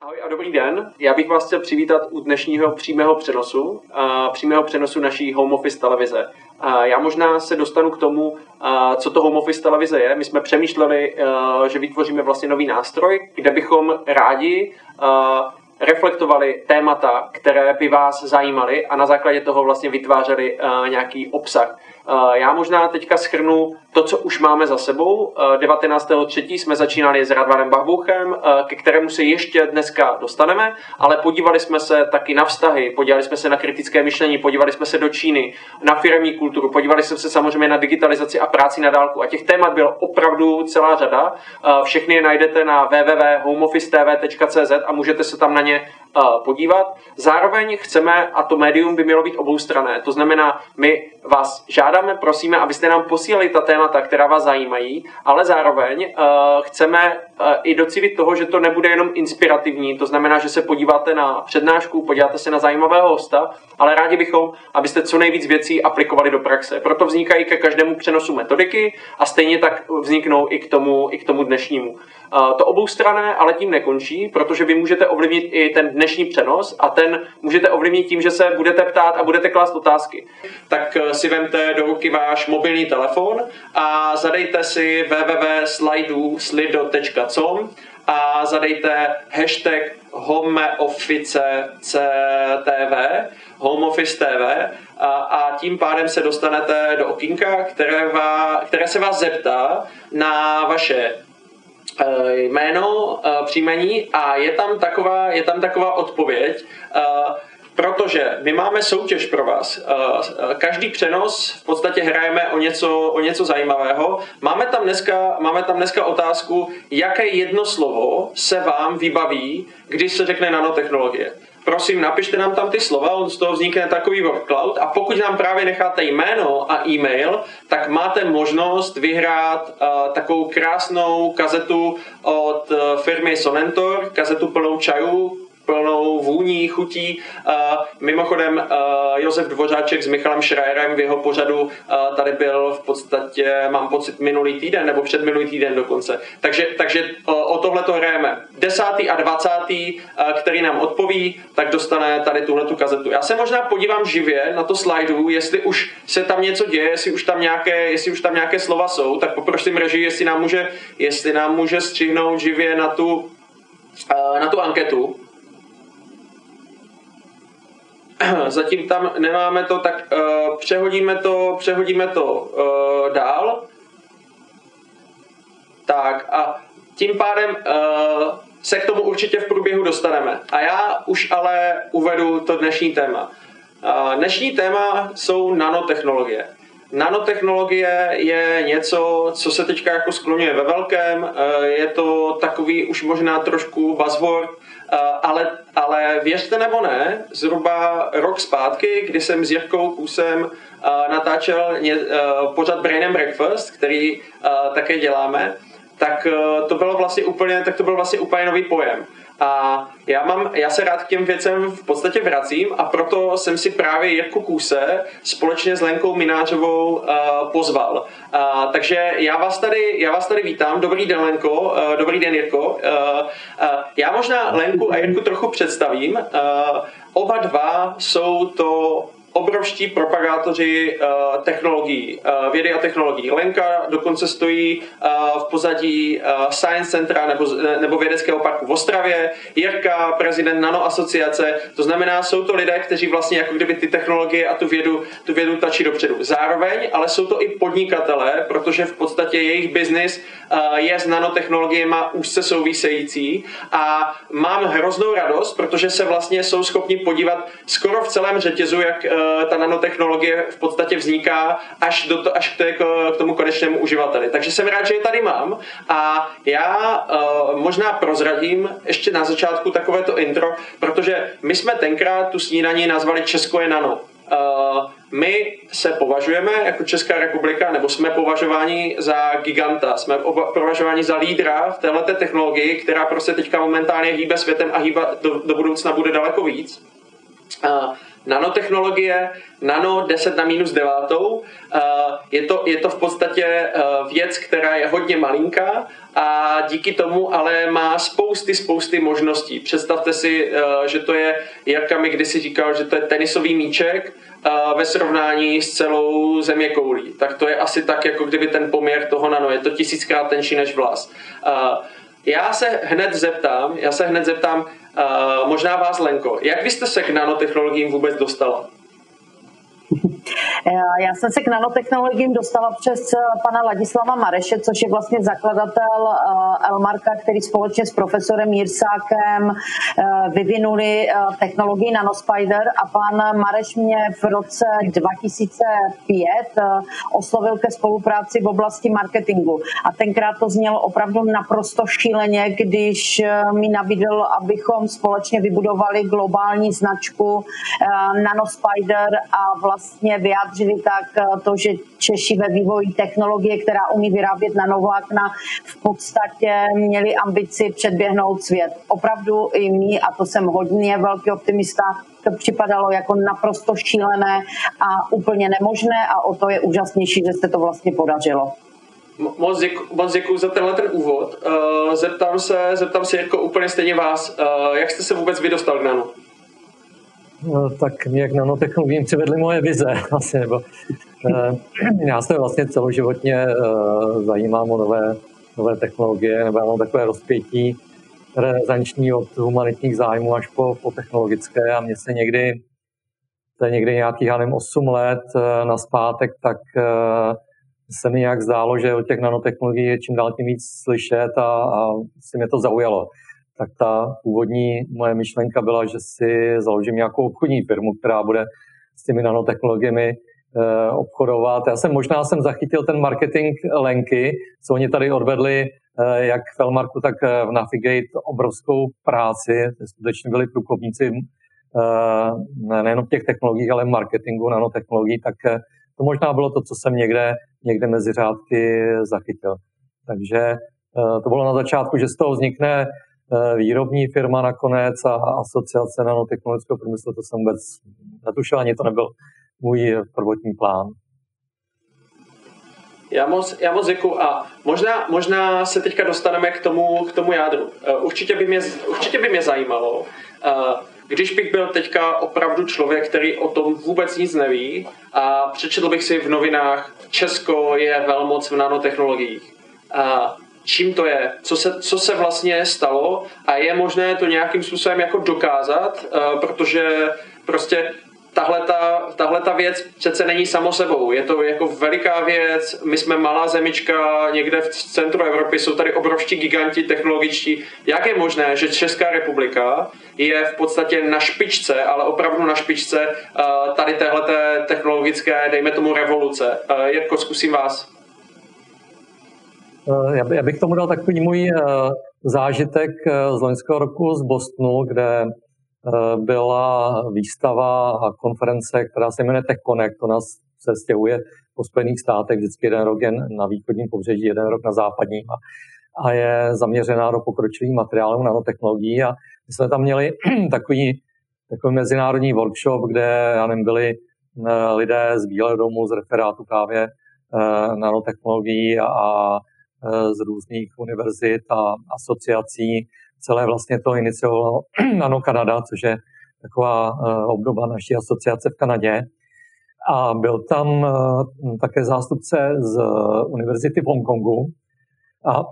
Ahoj a dobrý den. Já bych vás chtěl přivítat u dnešního přímého přenosu naší Home Office televize. Já možná se dostanu k tomu, co to Home Office televize je. My jsme přemýšleli, že vytvoříme vlastně nový nástroj, kde bychom rádi reflektovali témata, které by vás zajímaly a na základě toho vlastně vytvářeli nějaký obsah. Já možná teďka shrnu to, co už máme za sebou. 19.3. jsme začínali s Radvanem Bachbuchem, ke kterému se ještě dneska dostaneme, ale podívali jsme se taky na vztahy, podívali jsme se na kritické myšlení, podívali jsme se do Číny, na firemní kulturu, podívali jsme se samozřejmě na digitalizaci a práci na dálku. A těch témat bylo opravdu celá řada. Všechny je najdete na www.homeofficetv.cz a můžete se tam na ně podívat. Zároveň chceme, a to médium by mělo být oboustranné, to znamená, my vás žádáme, prosíme, abyste nám posílali ta témata, která vás zajímají, ale zároveň chceme i docílit toho, že to nebude jenom inspirativní, to znamená, že se podíváte na přednášku, podíváte se na zajímavého hosta, ale rádi bychom, abyste co nejvíc věcí aplikovali do praxe. Proto vznikají ke každému přenosu metodiky a stejně tak vzniknou i k tomu dnešnímu. To oboustranné ale tím nekončí, protože vy můžete ovlivnit i ten dnešní přenos a ten můžete ovlivnit tím, že se budete ptát a budete klást otázky. Tak si vemte do ruky váš mobilní telefon a zadejte si www.slido.com a zadejte hashtag HomeOfficeTV a tím pádem se dostanete do okýnka, které se vás zeptá na vaše jméno, příjmení a je tam taková odpověď, protože my máme soutěž pro vás. Každý přenos v podstatě hrajeme o něco zajímavého. Máme tam dneska otázku, jaké jedno slovo se vám vybaví, když se řekne nanotechnologie. Prosím, napište nám tam ty slova, on z toho vznikne takový word cloud a pokud nám právě necháte jméno a e-mail, tak máte možnost vyhrát takovou krásnou kazetu od firmy Sonentor, kazetu plnou čajů, plnou vůní, chutí. Mimochodem Josef Dvořáček s Michalem Schreierem v jeho pořadu tady byl v podstatě, mám pocit, minulý týden nebo předminulý týden dokonce. Takže o tohle to hrajeme. 10. a 20. který nám odpoví, tak dostane tady tuhletu kazetu. Já se možná podívám živě na to slajdu, jestli už se tam něco děje, jestli už tam nějaké slova jsou, tak poprosím režii, jestli nám může střihnout živě na tu anketu. Zatím tam nemáme to, tak přehodíme to dál. Tak a tím pádem se k tomu určitě v průběhu dostaneme. A já už ale uvedu to dnešní téma. Dnešní téma jsou nanotechnologie. Nanotechnologie je něco, co se teďka jako skloňuje ve velkém, je to takový už možná trošku buzzword, ale věřte nebo ne, zhruba rok zpátky, kdy jsem s Jirkou Kůsem natáčel pořad Brain and Breakfast, který také děláme, tak to byl vlastně úplně nový pojem. A já se rád k těm věcem v podstatě vracím a proto jsem si právě Jirku Kůse společně s Lenkou Minářovou pozval. Takže já vás tady vítám. Dobrý den, Lenko. Dobrý den, Jirko. Já možná Lenku a Jirku trochu představím. Oba dva jsou to obrovští propagátoři technologií, vědy a technologií. Lenka dokonce stojí v pozadí Science Centra nebo vědeckého parku v Ostravě. Jirka, prezident Nano asociace. To znamená, jsou to lidé, kteří vlastně jako kdyby ty technologie a tu vědu tlačí dopředu. Zároveň, ale jsou to i podnikatelé, protože v podstatě jejich biznis je s nanotechnologiemi úzce související a mám hroznou radost, protože se vlastně jsou schopni podívat skoro v celém řetězu, jak ta nanotechnologie v podstatě vzniká až k tomu konečnému uživateli. Takže jsem rád, že je tady mám a já možná prozradím ještě na začátku takovéto intro, protože my jsme tenkrát tu snídaní nazvali Česko je nano. My se považujeme jako Česká republika, nebo jsme považováni za giganta, jsme považováni za lídra v téhleté technologii, která prostě teďka momentálně hýbe světem a hýbe do budoucna bude daleko víc. Nanotechnologie, nano 10 na minus 9. Je to v podstatě věc, která je hodně malinká a díky tomu ale má spousty možností. Představte si, že to je, Jarka mi kdysi říkal, že to je tenisový míček ve srovnání s celou zeměkoulí. Tak to je asi tak, jako kdyby ten poměr toho nano. Je to 1000krát tenčí než vlas. Já se hned zeptám, možná vás, Lenko, jak vy jste se k nanotechnologiím vůbec dostala? Já jsem se k nanotechnologiím dostala přes pana Ladislava Mareše, což je vlastně zakladatel Elmarka, který společně s profesorem Jirsákem vyvinuli technologii Nanospider, a pan Mareš mě v roce 2005 oslovil ke spolupráci v oblasti marketingu. A tenkrát to znělo opravdu naprosto šíleně, když mi nabídl, abychom společně vybudovali globální značku Nanospider a vlastně vyjádřili tak to, že Češi ve vývoji technologie, která umí vyrábět nanovlákna, v podstatě měli ambici předběhnout svět. Opravdu i my, a to jsem hodně velký optimista, to připadalo jako naprosto šílené a úplně nemožné, a o to je úžasnější, že se to vlastně podařilo. Moc děkuji za tenhle ten úvod. Zeptám se jako úplně stejně vás, jak jste se vůbec vydostal k nano? No, tak mě k nanotechnologiím přivedly moje vize. Vlastně, já se vlastně celoživotně zajímám o nové technologie, nebo já mám takové rozpětí renesanční od humanitních zájmů až po technologické, a mně se někdy nějakých, 8 let nazpátek, tak se mi nějak zdálo, že o těch nanotechnologií je čím dál tím víc slyšet a si mě to zaujalo. Tak ta původní moje myšlenka byla, že si založím nějakou obchodní firmu, která bude s těmi nanotechnologiemi obchodovat. Možná jsem zachytil ten marketing Lenky, co oni tady odvedli, jak v Elmarku, tak v Navigate, obrovskou práci. Skutečně byli průkopníci nejenom v těch technologiích, ale marketingu nanotechnologií, tak to možná bylo to, co jsem někde mezi řádky zachytil. Takže to bylo na začátku, že z toho vznikne výrobní firma nakonec a asociace nanotechnologického průmyslu, to jsem vůbec netušil, ani to nebyl můj prvotní plán. Já moc děkuju a možná se teďka dostaneme k tomu jádru. Určitě by mě zajímalo, když bych byl teďka opravdu člověk, který o tom vůbec nic neví a přečetl bych si v novinách, Česko je velmoc v nanotechnologiích. Čím to je, co se vlastně stalo a je možné to nějakým způsobem jako dokázat, protože prostě tahle ta věc přece není samo sebou. Je to jako veliká věc, my jsme malá zemička, někde v centru Evropy jsou tady obrovští giganti technologičtí. Jak je možné, že Česká republika je v podstatě na špičce, ale opravdu na špičce tady téhleté technologické, dejme tomu, revoluce? Jirko, zkusím vás. Já bych tomu dal takový můj zážitek z loňského roku z Bostonu, kde byla výstava a konference, která se jmenuje Tech Connect. Ona se stěhuje po Spojených státech, vždycky jeden rok jen na východním pobřeží, jeden rok na západním, a je zaměřená do pokročilých materiálů nanotechnologií. A my jsme tam měli takový mezinárodní workshop, kde byli lidé z Bílého domu, z referátu právě nanotechnologií a z různých univerzit a asociací. Celé vlastně to iniciovala Nano Kanada, což je taková obdoba naší asociace v Kanadě. A byl tam také zástupce z univerzity v Hongkongu. A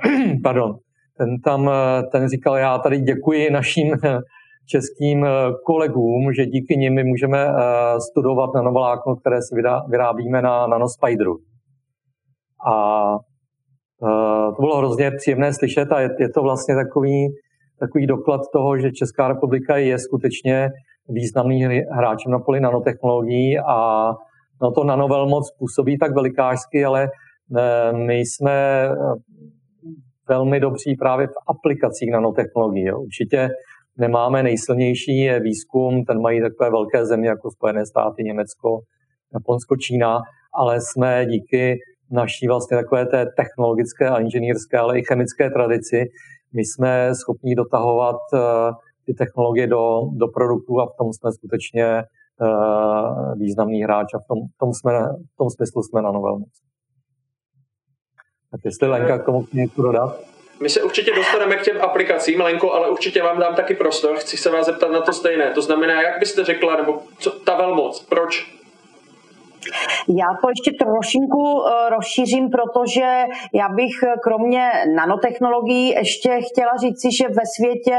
ten říkal, já tady děkuji našim českým kolegům, že díky nim my můžeme studovat nanovlákno, které si vyrábíme na Nanospideru. A to bylo hrozně příjemné slyšet a je to vlastně takový doklad toho, že Česká republika je skutečně významný hráčem na poli nanotechnologií a to nanovelmoc působí tak velikářsky, ale my jsme velmi dobří právě v aplikacích nanotechnologií. Určitě nemáme nejsilnější výzkum, ten mají takové velké země jako Spojené státy, Německo, Japonsko, Čína, ale jsme díky naší vlastně takové té technologické a inženýrské, ale i chemické tradici, my jsme schopni dotahovat ty technologie do produktů a v tom jsme skutečně významný hráč a v tom smyslu jsme nanovelmoc. Tak jestli Lenka k tomu něco dodat? My se určitě dostaneme k těm aplikacím, Lenko, ale určitě vám dám taky prostor. Chci se vás zeptat na to stejné. To znamená, jak byste řekla, nebo co, ta velmoc, proč? Já to ještě trošinku rozšířím, protože já bych kromě nanotechnologií ještě chtěla říci, že ve světě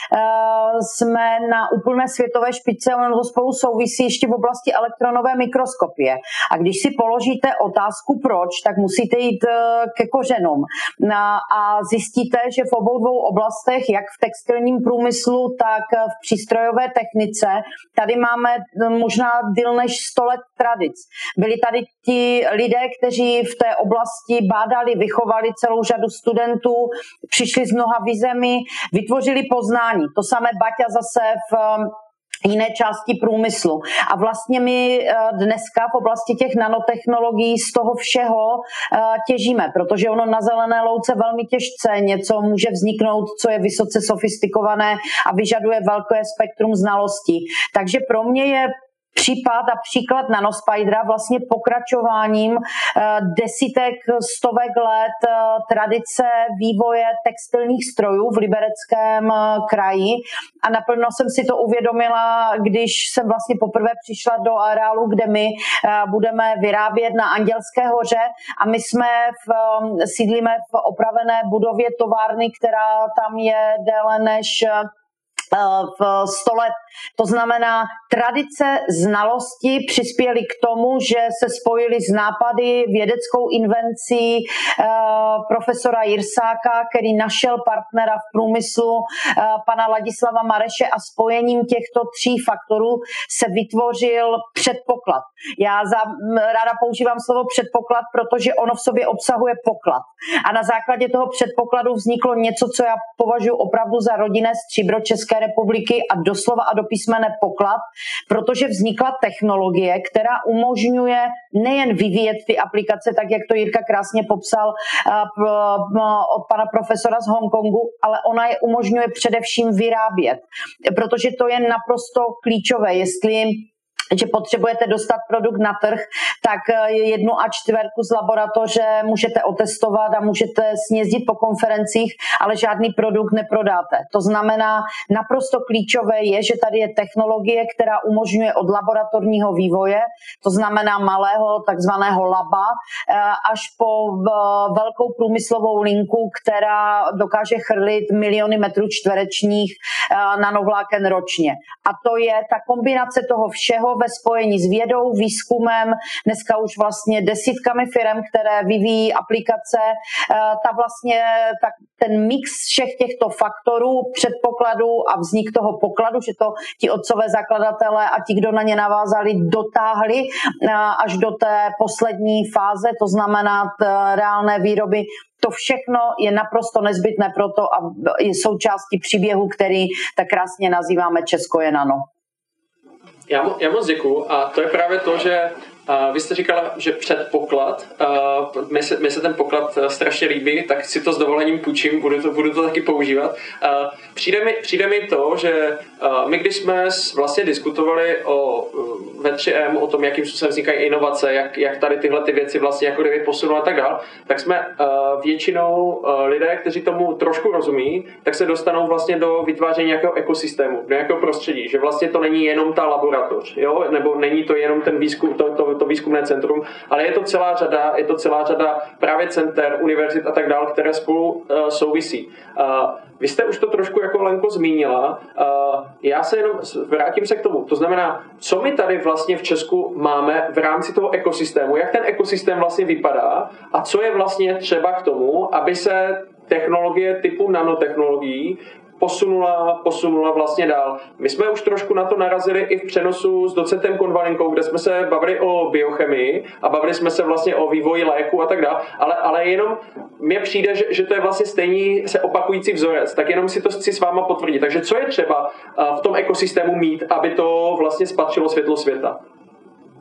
jsme na úplné světové špičce, ono to spolu souvisí ještě v oblasti elektronové mikroskopie. A když si položíte otázku proč, tak musíte jít ke kořenům. A zjistíte, že v obou dvou oblastech, jak v textilním průmyslu, tak v přístrojové technice, tady máme možná déle než 100 let tradic. Byli tady ti lidé, kteří v té oblasti bádali, vychovali celou řadu studentů, přišli z mnoha vizemi, vytvořili poznání. To samé Baťa zase v jiné části průmyslu. A vlastně my dneska v oblasti těch nanotechnologií z toho všeho těžíme, protože ono na zelené louce velmi těžce něco může vzniknout, co je vysoce sofistikované a vyžaduje velké spektrum znalostí. Takže pro mě je případ a příklad Nanospidera vlastně pokračováním desítek, stovek let tradice vývoje textilních strojů v Libereckém kraji a naplno jsem si to uvědomila, když jsem vlastně poprvé přišla do areálu, kde my budeme vyrábět na Andělské hoře a my jsme sídlíme v opravené budově továrny, která tam je déle než v 100 let. To znamená, tradice znalosti přispěly k tomu, že se spojily s nápady, vědeckou invencí profesora Jirsáka, který našel partnera v průmyslu, pana Ladislava Mareše a spojením těchto 3 faktorů se vytvořil předpoklad. Já ráda používám slovo předpoklad, protože ono v sobě obsahuje poklad. A na základě toho předpokladu vzniklo něco, co já považuji opravdu za rodinné stříbro České republiky a doslova a do písmene poklad, protože vznikla technologie, která umožňuje nejen vyvíjet ty aplikace, tak jak to Jirka krásně popsal od pana profesora z Hongkongu, ale ona je umožňuje především vyrábět, protože to je naprosto klíčové, jestli že potřebujete dostat produkt na trh, tak 1/4 z laboratoře můžete otestovat a můžete snězdit po konferencích, ale žádný produkt neprodáte. To znamená, naprosto klíčové je, že tady je technologie, která umožňuje od laboratorního vývoje, to znamená malého takzvaného laba, až po velkou průmyslovou linku, která dokáže chrlit miliony metrů čtverečních nanovláken ročně. A to je ta kombinace toho všeho ve spojení s vědou, výzkumem, dneska už vlastně desítkami firem, které vyvíjí aplikace, ten mix všech těchto faktorů, předpokladů a vznik toho pokladu, že to ti otcové zakladatelé a ti, kdo na ně navázali, dotáhli až do té poslední fáze, to znamená reálné výroby. To všechno je naprosto nezbytné proto a je součástí příběhu, který tak krásně nazýváme Česko je nano. Já moc děkuju a to je právě to, že vy jste říkala, že předpoklad, mi se ten poklad strašně líbí, tak si to s dovolením půjčím, budu to taky používat. Přijde mi to, že my když jsme vlastně diskutovali ve 3M o tom, jakým způsobem vznikají inovace, jak tady tyhle ty věci vlastně jako kdyby posunou a tak dál, tak jsme většinou lidé, kteří tomu trošku rozumí, tak se dostanou vlastně do vytváření nějakého ekosystému, do nějakého prostředí, že vlastně to není jenom ta laboratoř, jo? Nebo není to jenom ten výzkum, to výzkumné centrum, ale je to celá řada právě center, univerzit a tak dále, které spolu souvisí. Vy jste už to trošku jako Lenko zmínila, já se jenom vrátím se k tomu. To znamená, co my tady vlastně v Česku máme v rámci toho ekosystému, jak ten ekosystém vlastně vypadá a co je vlastně třeba k tomu, aby se technologie typu nanotechnologií posunula vlastně dál. My jsme už trošku na to narazili i v přenosu s docentem Konvalinkou, kde jsme se bavili o biochemii a bavili jsme se vlastně o vývoji léku a tak dále, ale jenom mně přijde, že to je vlastně stejný se opakující vzorec, tak jenom si to chci s váma potvrdit. Takže co je třeba v tom ekosystému mít, aby to vlastně spatřilo světlo světa?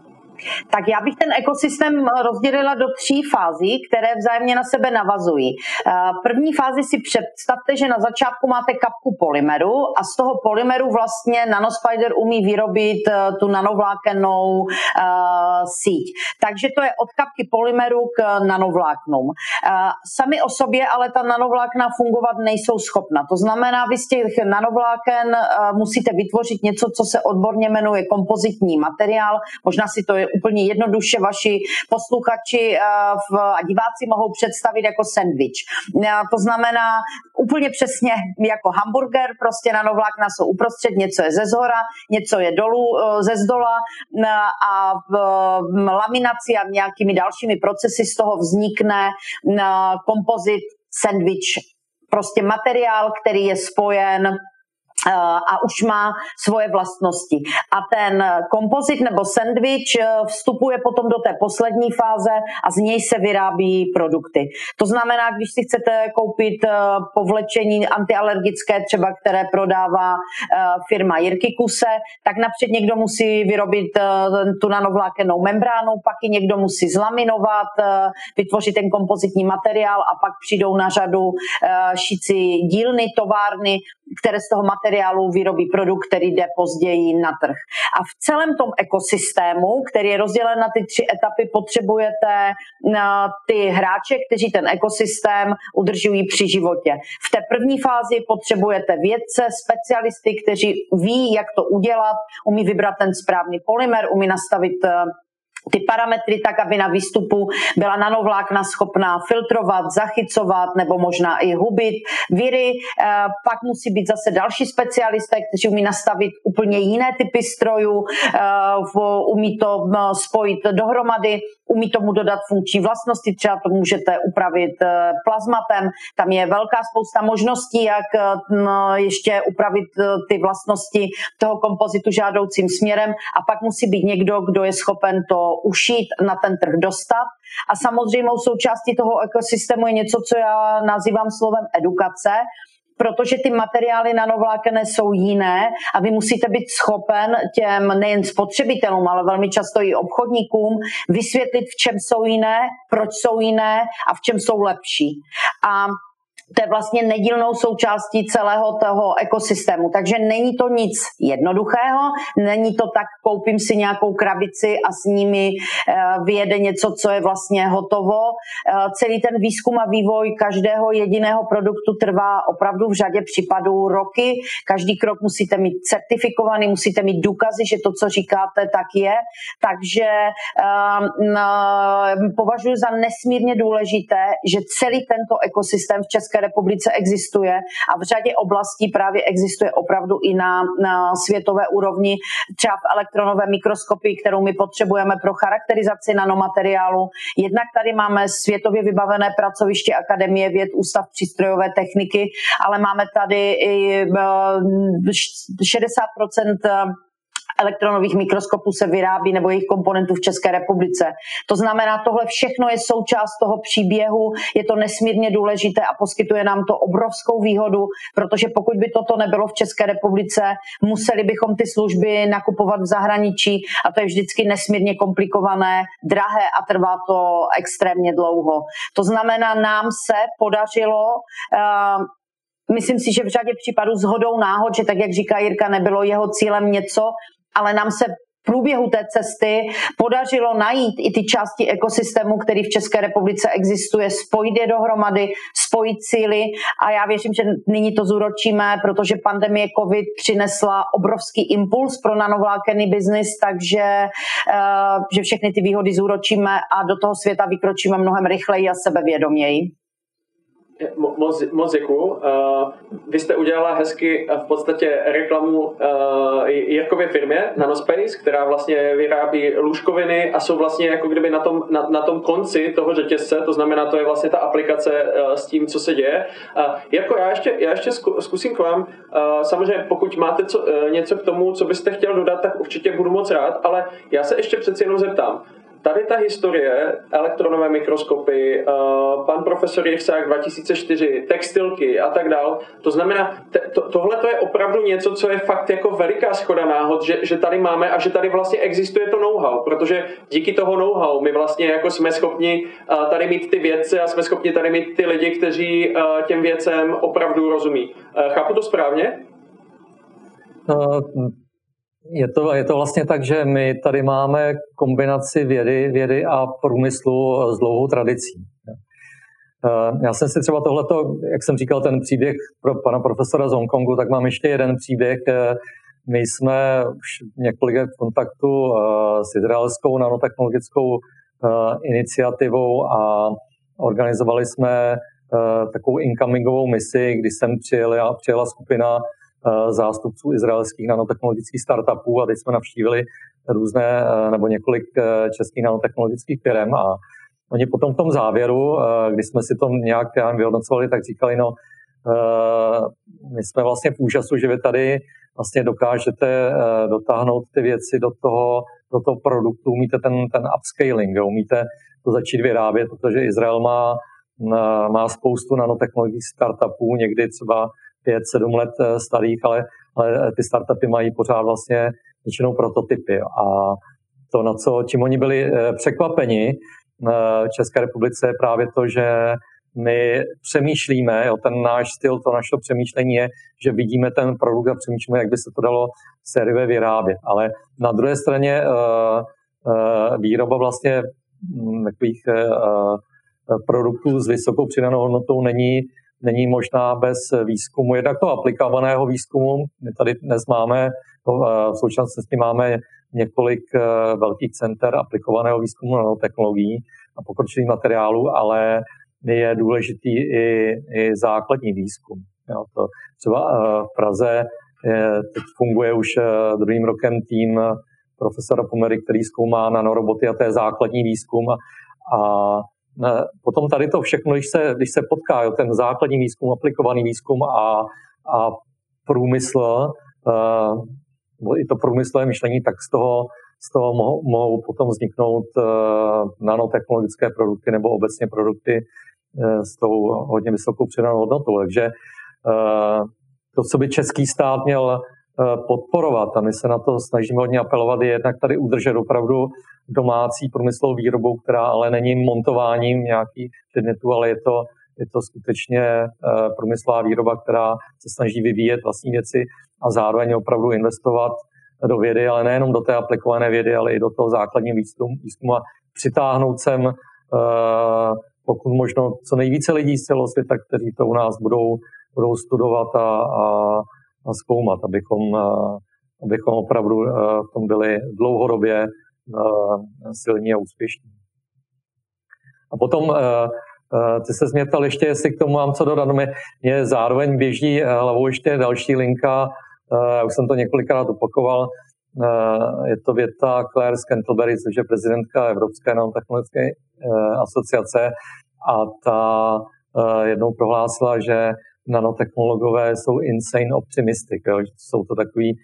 Tak já bych ten ekosystém rozdělila do 3 fází, které vzájemně na sebe navazují. První fázi si představte, že na začátku máte kapku polymeru a z toho polymeru vlastně Nanospider umí vyrobit tu nanovlákennou síť. Takže to je od kapky polymeru k nanovláknům. Sami o sobě ale ta nanovlákna fungovat nejsou schopna. To znamená, vy z těch nanovláken musíte vytvořit něco, co se odborně jmenuje kompozitní materiál. Možná si to je úplně jednoduše vaši posluchači a diváci mohou představit jako sendvič. To znamená úplně přesně jako hamburger, prostě nanovlákna jsou uprostřed, něco je ze zhora, něco je dolů, ze zdola a laminací a nějakými dalšími procesy z toho vznikne kompozit sendvič. Prostě materiál, který je spojen a už má svoje vlastnosti. A ten kompozit nebo sendvič vstupuje potom do té poslední fáze a z něj se vyrábí produkty. To znamená, když si chcete koupit povlečení antialergické, třeba které prodává firma Jirky Kuse, tak napřed někdo musí vyrobit tu nanovlákennou membránu, pak ji někdo musí zlaminovat, vytvořit ten kompozitní materiál a pak přijdou na řadu šicí dílny, továrny, které z toho materiálu vyrobí produkt, který jde později na trh. A v celém tom ekosystému, který je rozdělen na ty 3 etapy, potřebujete ty hráče, kteří ten ekosystém udržují při životě. V té první fázi potřebujete vědce, specialisty, kteří ví, jak to udělat, umí vybrat ten správný polymer, umí nastavit ty parametry tak, aby na výstupu byla nanovlákna schopná filtrovat, zachycovat nebo možná i hubit viry. Pak musí být zase další specialisté, kteří umí nastavit úplně jiné typy strojů, umí to spojit dohromady, umí tomu dodat funkční vlastnosti, třeba to můžete upravit plazmatem. Tam je velká spousta možností, jak ještě upravit ty vlastnosti toho kompozitu žádoucím směrem a pak musí být někdo, kdo je schopen to ušít, na ten trh dostat. A samozřejmě součástí toho ekosystému je něco, co já nazývám slovem edukace, protože ty materiály nanovlákenné jsou jiné a vy musíte být schopen těm nejen spotřebitelům, ale velmi často i obchodníkům vysvětlit, v čem jsou jiné, proč jsou jiné a v čem jsou lepší. A to je vlastně nedílnou součástí celého toho ekosystému. Takže není to nic jednoduchého, není to tak, koupím si nějakou krabici a s nimi vyjede něco, co je vlastně hotovo. Celý ten výzkum a vývoj každého jediného produktu trvá opravdu v řadě případů roky. Každý krok musíte mít certifikovaný, musíte mít důkazy, že to, co říkáte, tak je. Takže považuji za nesmírně důležité, že celý tento ekosystém v České republice existuje a v řadě oblastí právě existuje opravdu i na světové úrovni, třeba v elektronové mikroskopii, kterou my potřebujeme pro charakterizaci nanomateriálu. Jednak tady máme světově vybavené pracoviště Akademie věd, Ústav přístrojové techniky, ale máme tady i 60% elektronových mikroskopů se vyrábí nebo jejich komponentů v České republice. To znamená, tohle všechno je součást toho příběhu, je to nesmírně důležité a poskytuje nám to obrovskou výhodu, protože pokud by toto nebylo v České republice, museli bychom ty služby nakupovat v zahraničí a to je vždycky nesmírně komplikované, drahé a trvá to extrémně dlouho. To znamená, nám se podařilo myslím si, že v řadě případů shodou náhod, že tak, jak říká Jirka, nebylo jeho cílem něco, ale nám se v průběhu té cesty podařilo najít i ty části ekosystému, který v České republice existuje, spojit je dohromady, spojit síly a já věřím, že nyní to zúročíme, protože pandemie COVID přinesla obrovský impuls pro nanovlákenný biznis, takže že všechny ty výhody zúročíme a do toho světa vykročíme mnohem rychleji a sebevědoměji. Moc děkuju. Vy jste udělala hezky v podstatě reklamu Jirkově firmě Nanospace, která vlastně vyrábí lůžkoviny a jsou vlastně jako kdyby na tom konci toho řetězce, to znamená, to je vlastně ta aplikace s tím, co se děje. Jirko, já ještě zkusím k vám. Samozřejmě, pokud máte něco k tomu, co byste chtěl dodat, tak určitě budu moc rád, ale já se ještě přeci jenom zeptám. tady ta historie, elektronové mikroskopy, pan profesor Jirsák 2004, textilky a tak dál, to znamená, tohle to je opravdu něco, co je fakt jako veliká shoda náhod, že tady máme a že tady vlastně existuje to know-how, protože díky toho know-how my vlastně jako jsme schopni tady mít ty vědce a jsme schopni tady mít ty lidi, kteří těm věcem opravdu rozumí. Chápu to správně? Je to vlastně tak, že my tady máme kombinaci vědy a průmyslu s dlouhou tradicí. Já jsem si třeba tohleto, jak jsem říkal, ten příběh pro pana profesora z Hongkongu, tak mám ještě jeden příběh. My jsme už několik let v kontaktu s izraelskou nanotechnologickou iniciativou a organizovali jsme takovou incomingovou misi, kdy sem přijela skupina zástupců izraelských nanotechnologických startupů a teď jsme navštívili různé nebo několik českých nanotechnologických firm a oni potom v tom závěru, když jsme si to nějak vyhodnocovali, tak říkali, no my jsme vlastně v úžasu, že vy tady vlastně dokážete dotáhnout ty věci do toho produktu, umíte ten upscaling, jo, umíte to začít vyrábět, protože Izrael má spoustu nanotechnologických startupů, někdy třeba 5-7 let starých, ale ty startupy mají pořád vlastně většinou prototypy. A to, čím oni byli překvapeni v České republice, je právě to, že my přemýšlíme, ten náš styl, to naše přemýšlení je, že vidíme ten produkt a přemýšlíme, jak by se to dalo sériově vyrábět. Ale na druhé straně výroba vlastně takových produktů s vysokou přidanou hodnotou není možná bez výzkumu, jednak toho aplikovaného výzkumu. My tady dnes máme, v současnosti máme několik velkých center aplikovaného výzkumu nanotechnologií a pokročilých materiálů, ale je důležitý i základní výzkum. Jo, to třeba v Praze teď funguje už druhým rokem tým profesora Pomery, který zkoumá nanoroboty a to je základní výzkum a potom tady to všechno, když se potká, ten základní výzkum, aplikovaný výzkum a průmysl, i to průmyslové myšlení, tak z toho mohou potom vzniknout nanotechnologické produkty nebo obecně produkty s tou hodně vysokou přidanou hodnotou. Takže to, co by český stát měl podporovat, a my se na to snažíme hodně apelovat, je jednak tady udržet opravdu domácí průmyslovou výrobou, která ale není montováním nějakých předmětů, ale je to skutečně průmyslová výroba, která se snaží vyvíjet vlastní věci a zároveň opravdu investovat do vědy, ale nejenom do té aplikované vědy, ale i do toho základního výzkumu a přitáhnout sem pokud možno co nejvíce lidí z celého světa, kteří to u nás budou studovat a zkoumat, abychom opravdu v tom byli dlouhodobě silní a úspěšní. A potom ty se mě ptal ještě, jestli k tomu mám co dodat. Mě zároveň běží hlavou ještě další linka, já už jsem to několikrát opakoval, je to věta Claire Scantlebury, což je prezidentka Evropské nanotechnologické asociace a ta jednou prohlásila, že nanotechnologové jsou insane optimistic, jo? Jsou to takový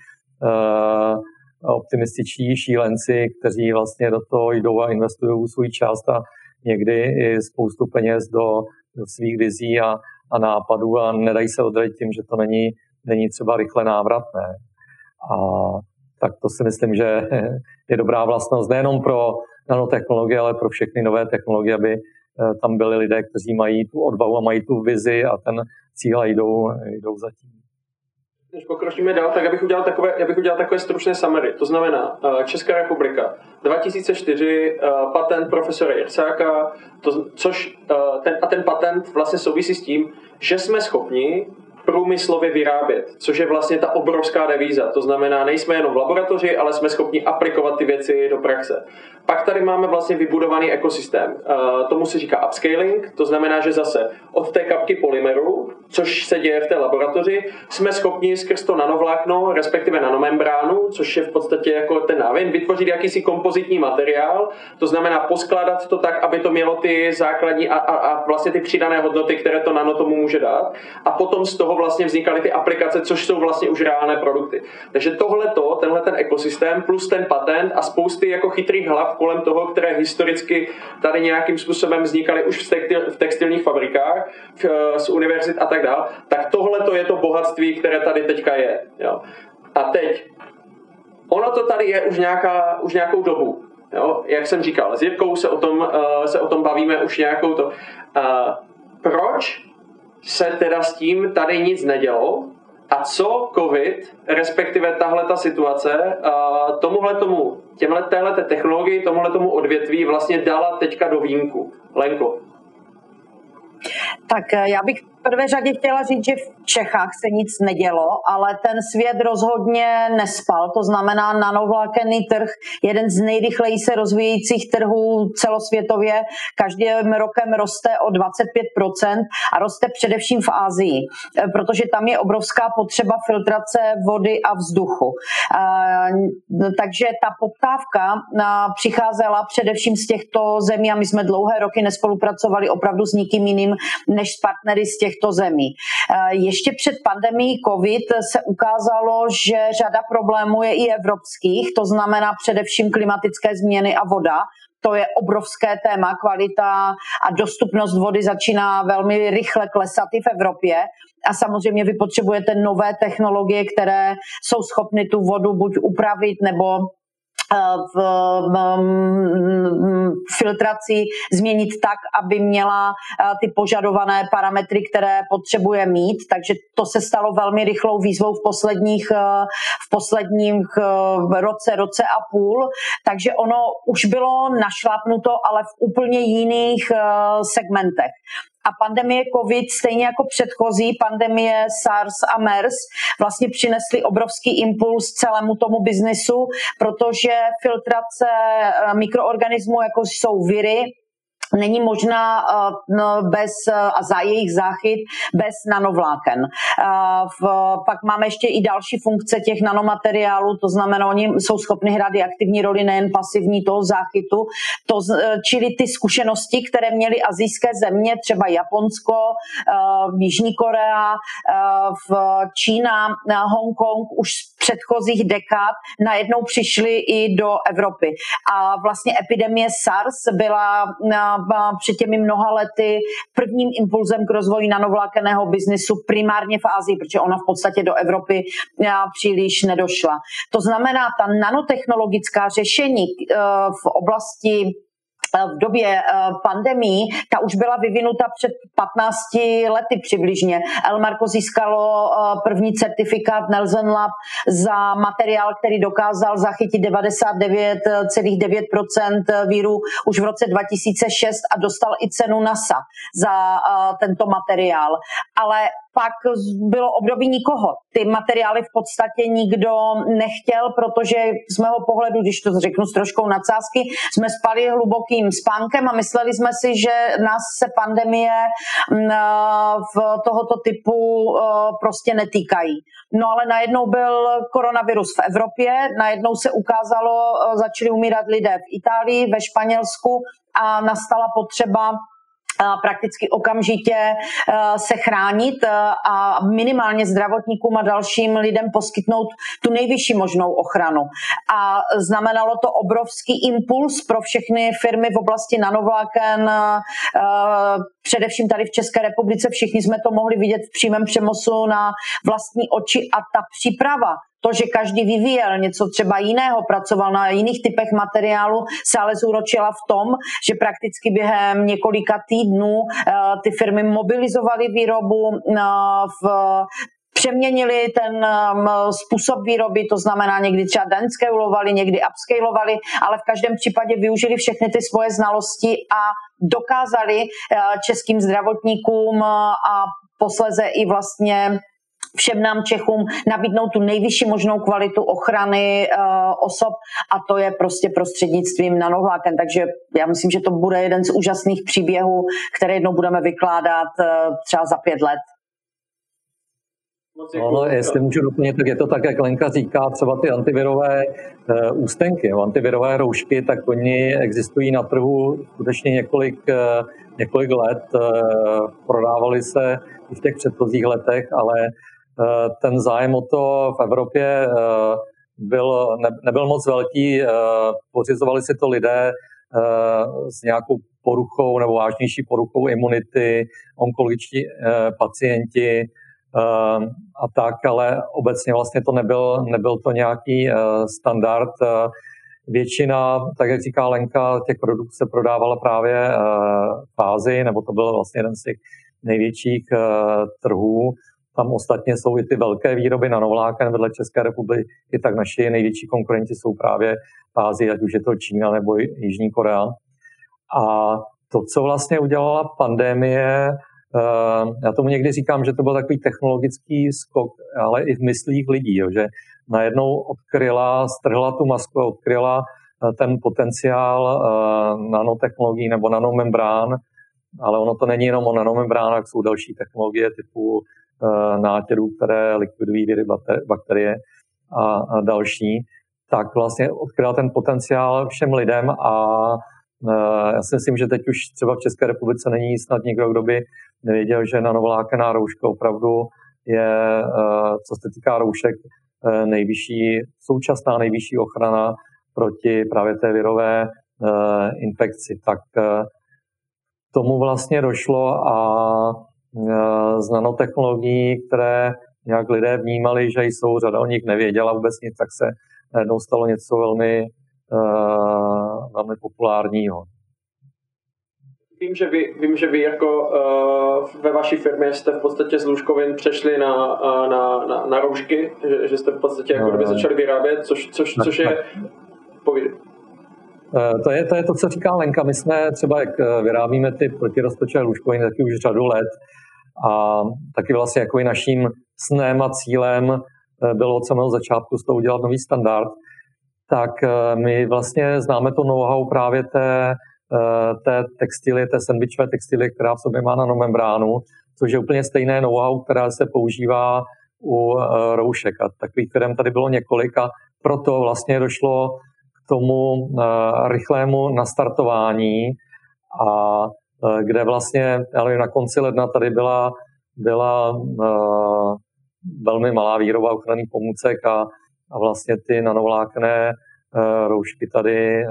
optimističní šílenci, kteří vlastně do toho jdou a investují svůj čas a někdy i spoustu peněz do svých vizí a nápadů a nedají se odradit tím, že to není třeba rychle návratné. A tak to si myslím, že je dobrá vlastnost nejenom pro nanotechnologie, ale pro všechny nové technologie, aby tam byli lidé, kteří mají tu odvahu a mají tu vizi a ten cíl a jdou za tím. Když pokročíme dál, tak já bych udělal takové stručné summary. To znamená Česká republika 2004 patent profesora Jirsáka, ten patent vlastně souvisí s tím, že jsme schopni průmyslově vyrábět, což je vlastně ta obrovská devíza. To znamená, nejsme jenom v laboratoři, ale jsme schopni aplikovat ty věci do praxe. Pak tady máme vlastně vybudovaný ekosystém. Tomu se říká upscaling, to znamená, že zase od té kapky polymeru což se děje v té laboratoři, jsme schopni skrz to nanovlákno, respektive nanomembránu, což je v podstatě jako ten návin, vytvořit jakýsi kompozitní materiál, to znamená poskládat to tak, aby to mělo ty základní a vlastně ty přidané hodnoty, které to nano tomu může dát, a potom z toho vlastně vznikaly ty aplikace, což jsou vlastně už reálné produkty. Takže tenhle ten ekosystém plus ten patent a spousty jako chytrých hlav kolem toho, které historicky tady nějakým způsobem vznikaly už v textilních fabrikách, z univerzit a tak dále, tak tohle to je to bohatství, které tady teďka je. Jo. A teď, ono to tady je už nějakou dobu. Jo. Jak jsem říkal, s Jirkou se o tom bavíme už nějakou to. Proč se teda s tím tady nic nedělo? A co COVID, respektive tahleta situace, téhleté technologii, tomuhletomu odvětví vlastně dala teďka do vínku? Lenko. Tak já bych v prvé řadě chtěla říct, že v Čechách se nic nedělo, ale ten svět rozhodně nespal. To znamená nanovlákenný trh, jeden z nejrychleji se rozvíjejících trhů celosvětově, každým rokem roste o 25% a roste především v Asii, protože tam je obrovská potřeba filtrace vody a vzduchu. Takže ta poptávka přicházela především z těchto zemí a my jsme dlouhé roky nespolupracovali opravdu s nikým jiným než s partnery z těchto zemí. Ještě před pandemií COVID se ukázalo, že řada problémů je i evropských, to znamená především klimatické změny a voda. To je obrovské téma, kvalita a dostupnost vody začíná velmi rychle klesat i v Evropě. A samozřejmě vy potřebujete nové technologie, které jsou schopny tu vodu buď upravit nebo v filtraci změnit tak, aby měla ty požadované parametry, které potřebuje mít. Takže to se stalo velmi rychlou výzvou v posledním roce a půl. Takže ono už bylo našlápnuto, ale v úplně jiných segmentech. A pandemie COVID, stejně jako předchozí pandemie SARS a MERS, vlastně přinesly obrovský impuls celému tomu biznesu, protože filtrace mikroorganismů, jako jsou viry, není možná za jejich záchyt bez nanovláken. Pak máme ještě i další funkce těch nanomateriálů, to znamená, oni jsou schopni hrát i aktivní roli, nejen pasivní toho záchytu. Čili ty zkušenosti, které měly asijské země, třeba Japonsko, Jižní Korea, Čína, Hongkong, už z předchozích dekád najednou přišly i do Evropy. A vlastně epidemie SARS byla před těmi mnoha lety prvním impulzem k rozvoji nanovlákenného biznisu primárně v Asii, protože ona v podstatě do Evropy příliš nedošla. To znamená, ta nanotechnologická řešení v oblasti v době pandemii, ta už byla vyvinuta před 15 lety přibližně. Elmarko získalo první certifikát Nelson Lab za materiál, který dokázal zachytit 99,9% víru už v roce 2006 a dostal i cenu NASA za tento materiál. Ale pak bylo období nikoho. Ty materiály v podstatě nikdo nechtěl, protože z mého pohledu, když to řeknu s troškou nadsázky, jsme spali hlubokým spánkem a mysleli jsme si, že nás se pandemie v tohoto typu prostě netýkají. No ale najednou byl koronavirus v Evropě, najednou se ukázalo, začali umírat lidé v Itálii, ve Španělsku a nastala potřeba prakticky okamžitě se chránit a minimálně zdravotníkům a dalším lidem poskytnout tu nejvyšší možnou ochranu. A znamenalo to obrovský impuls pro všechny firmy v oblasti nanovláken, především tady v České republice. Všichni jsme to mohli vidět v přímém přenosu na vlastní oči a ta příprava, to, že každý vyvíjel něco třeba jiného, pracoval na jiných typech materiálu, se ale zúročila v tom, že prakticky během několika týdnů ty firmy mobilizovaly výrobu, přeměnili ten způsob výroby, to znamená někdy třeba downscalovali, někdy upscalovali, ale v každém případě využili všechny ty svoje znalosti a dokázali českým zdravotníkům a posléze i vlastně všem nám Čechům nabídnout tu nejvyšší možnou kvalitu ochrany osob a to je prostě prostřednictvím nanovláken. Takže já myslím, že to bude jeden z úžasných příběhů, které jednou budeme vykládat třeba za 5 let. No, jestli můžu doplnit, tak je to tak, jak Lenka říká, třeba ty antivirové ústenky, antivirové roušky, tak oni existují na trhu skutečně několik let, prodávali se i v těch předchozích letech, ale ten zájem o to v Evropě nebyl moc velký, pořizovali si to lidé s nějakou poruchou nebo vážnější poruchou imunity, onkologičtí pacienti, a tak, ale obecně vlastně to nebyl to nějaký standard. Většina, tak jak říká Lenka, těch produktů se prodávala právě v Ázii, nebo to byl vlastně jeden z těch největších trhů. Tam ostatně jsou i ty velké výroby nanovláken vedle České republiky, tak naši největší konkurenti jsou právě v Ázii, ať už je to Čína nebo Jižní Korea. A to, co vlastně udělala pandemie, já tomu někdy říkám, že to byl takový technologický skok, ale i v myslích lidí, jo, že najednou strhla tu masku, odkryla ten potenciál nanotechnologií nebo nanomembrán, ale ono to není jenom o nanomembránách, jsou další technologie typu nátěrů, které likvidují viry, bakterie a další, tak vlastně odkryla ten potenciál všem lidem a já si myslím, že teď už třeba v České republice není snad nikdo, kdo by nevěděl, že nanovlákenná rouška opravdu je, co se týká roušek, současná nejvyšší ochrana proti právě té virové infekci. Tak tomu vlastně došlo a z nanotechnologií, které nějak lidé vnímali, že jsou, řada o nich nevěděla vůbec nic, tak se najednou stalo něco velmi populárního. Vím, že vy jako ve vaší firmě jste v podstatě z lůžkovin přešli na roušky, že jste v podstatě jako kdyby začali vyrábět, což je povídej. To je to, co říká Lenka. My jsme třeba, jak vyrábíme ty protiroztočové lůžkoviny, taky už řadu let a taky vlastně jako i naším snem a cílem bylo od samého začátku z toho udělat nový standard. Tak my vlastně známe to know-how právě té textilie, té sandwichové textilie, která v sobě má nanomembránu, což je úplně stejné know-how, která se používá u roušek. A takových firm tady bylo několik a proto vlastně došlo k tomu rychlému nastartování a kde vlastně na konci ledna tady byla velmi malá výroba ochranných pomůcek a vlastně ty nanovlákné roušky tady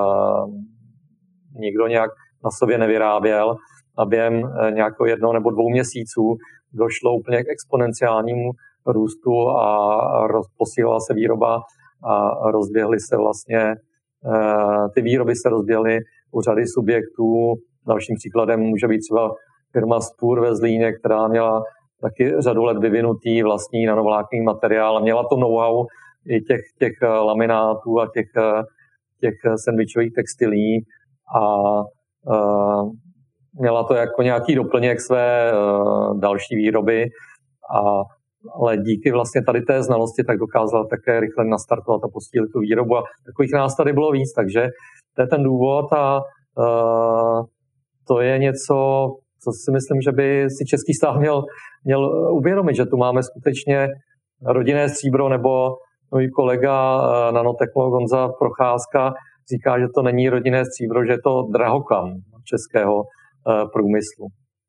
nikdo nějak na sobě nevyráběl a během nějakého 1 nebo 2 měsíců došlo úplně k exponenciálnímu růstu a posílila se výroba a rozběhly se vlastně, ty výroby se rozběhly u řady subjektů. Dalším příkladem může být třeba firma Spur ve Zlíně, která měla taky řadu let vyvinutý vlastní nanovlákný materiál a měla to know-how i těch laminátů a těch sandwichových textilí a měla to jako nějaký doplněk své další výroby, ale díky vlastně tady té znalosti tak dokázala také rychle nastartovat a posílit tu výrobu a takových nás tady bylo víc, takže to je ten důvod a to je něco, co si myslím, že by si český stát měl uvědomit, že tu máme skutečně rodinné stříbro, nebo můj kolega nanotechnolog Honza Procházka říká, že to není rodinné stříbro, že je to drahokam českého průmyslu.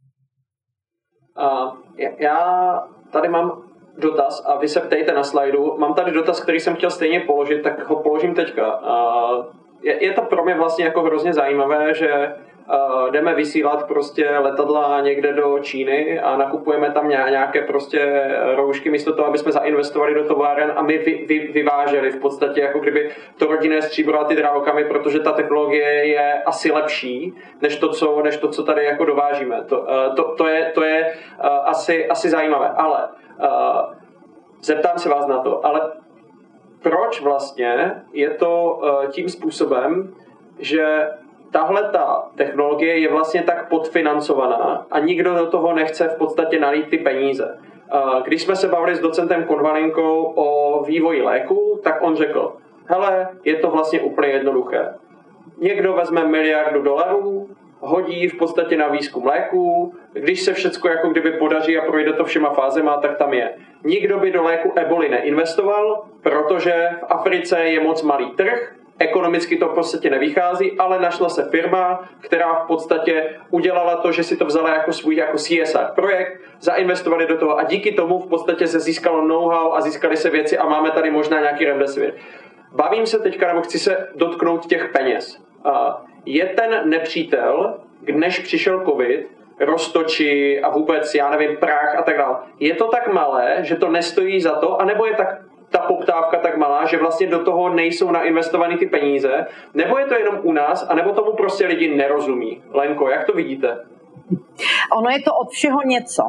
Já tady mám dotaz a vy se ptejte na slajdu. Mám tady dotaz, který jsem chtěl stejně položit, tak ho položím teďka. Je to pro mě vlastně jako hrozně zajímavé, že jdeme vysílat prostě letadla někde do Číny a nakupujeme tam nějaké prostě roušky místo toho, aby jsme zainvestovali do továren a my vyváželi v podstatě jako kdyby to rodinné stříbro a ty drahokamy, protože ta technologie je asi lepší než to, co tady jako dovážíme. To je asi zajímavé, ale zeptám se vás na to, ale proč vlastně je to tím způsobem, že tahle ta technologie je vlastně tak podfinancovaná a nikdo do toho nechce v podstatě nalít ty peníze. Když jsme se bavili s docentem Konvalinkou o vývoji léku, tak on řekl, hele, je to vlastně úplně jednoduché. Někdo vezme $1 miliardu hodí v podstatě na výzkum léků. Když se všecko jako kdyby podaří a projde to všema fázema, tak tam je. Nikdo by do léku eboli neinvestoval, protože v Africe je moc malý trh, ekonomicky to v podstatě nevychází, ale našla se firma, která v podstatě udělala to, že si to vzala jako svůj jako CSR projekt, zainvestovali do toho a díky tomu v podstatě se získalo know-how a získaly se věci a máme tady možná nějaký remdesivir. Bavím se teďka, nebo chci se dotknout těch peněz. Je ten nepřítel, než přišel covid, roztoči a vůbec, já nevím, prach a tak dále. Je to tak malé, že to nestojí za to, anebo je tak ta poptávka tak malá, že vlastně do toho nejsou nainvestovány ty peníze, nebo je to jenom u nás, anebo tomu prostě lidi nerozumí. Lenko, jak to vidíte? Ono je to od všeho něco.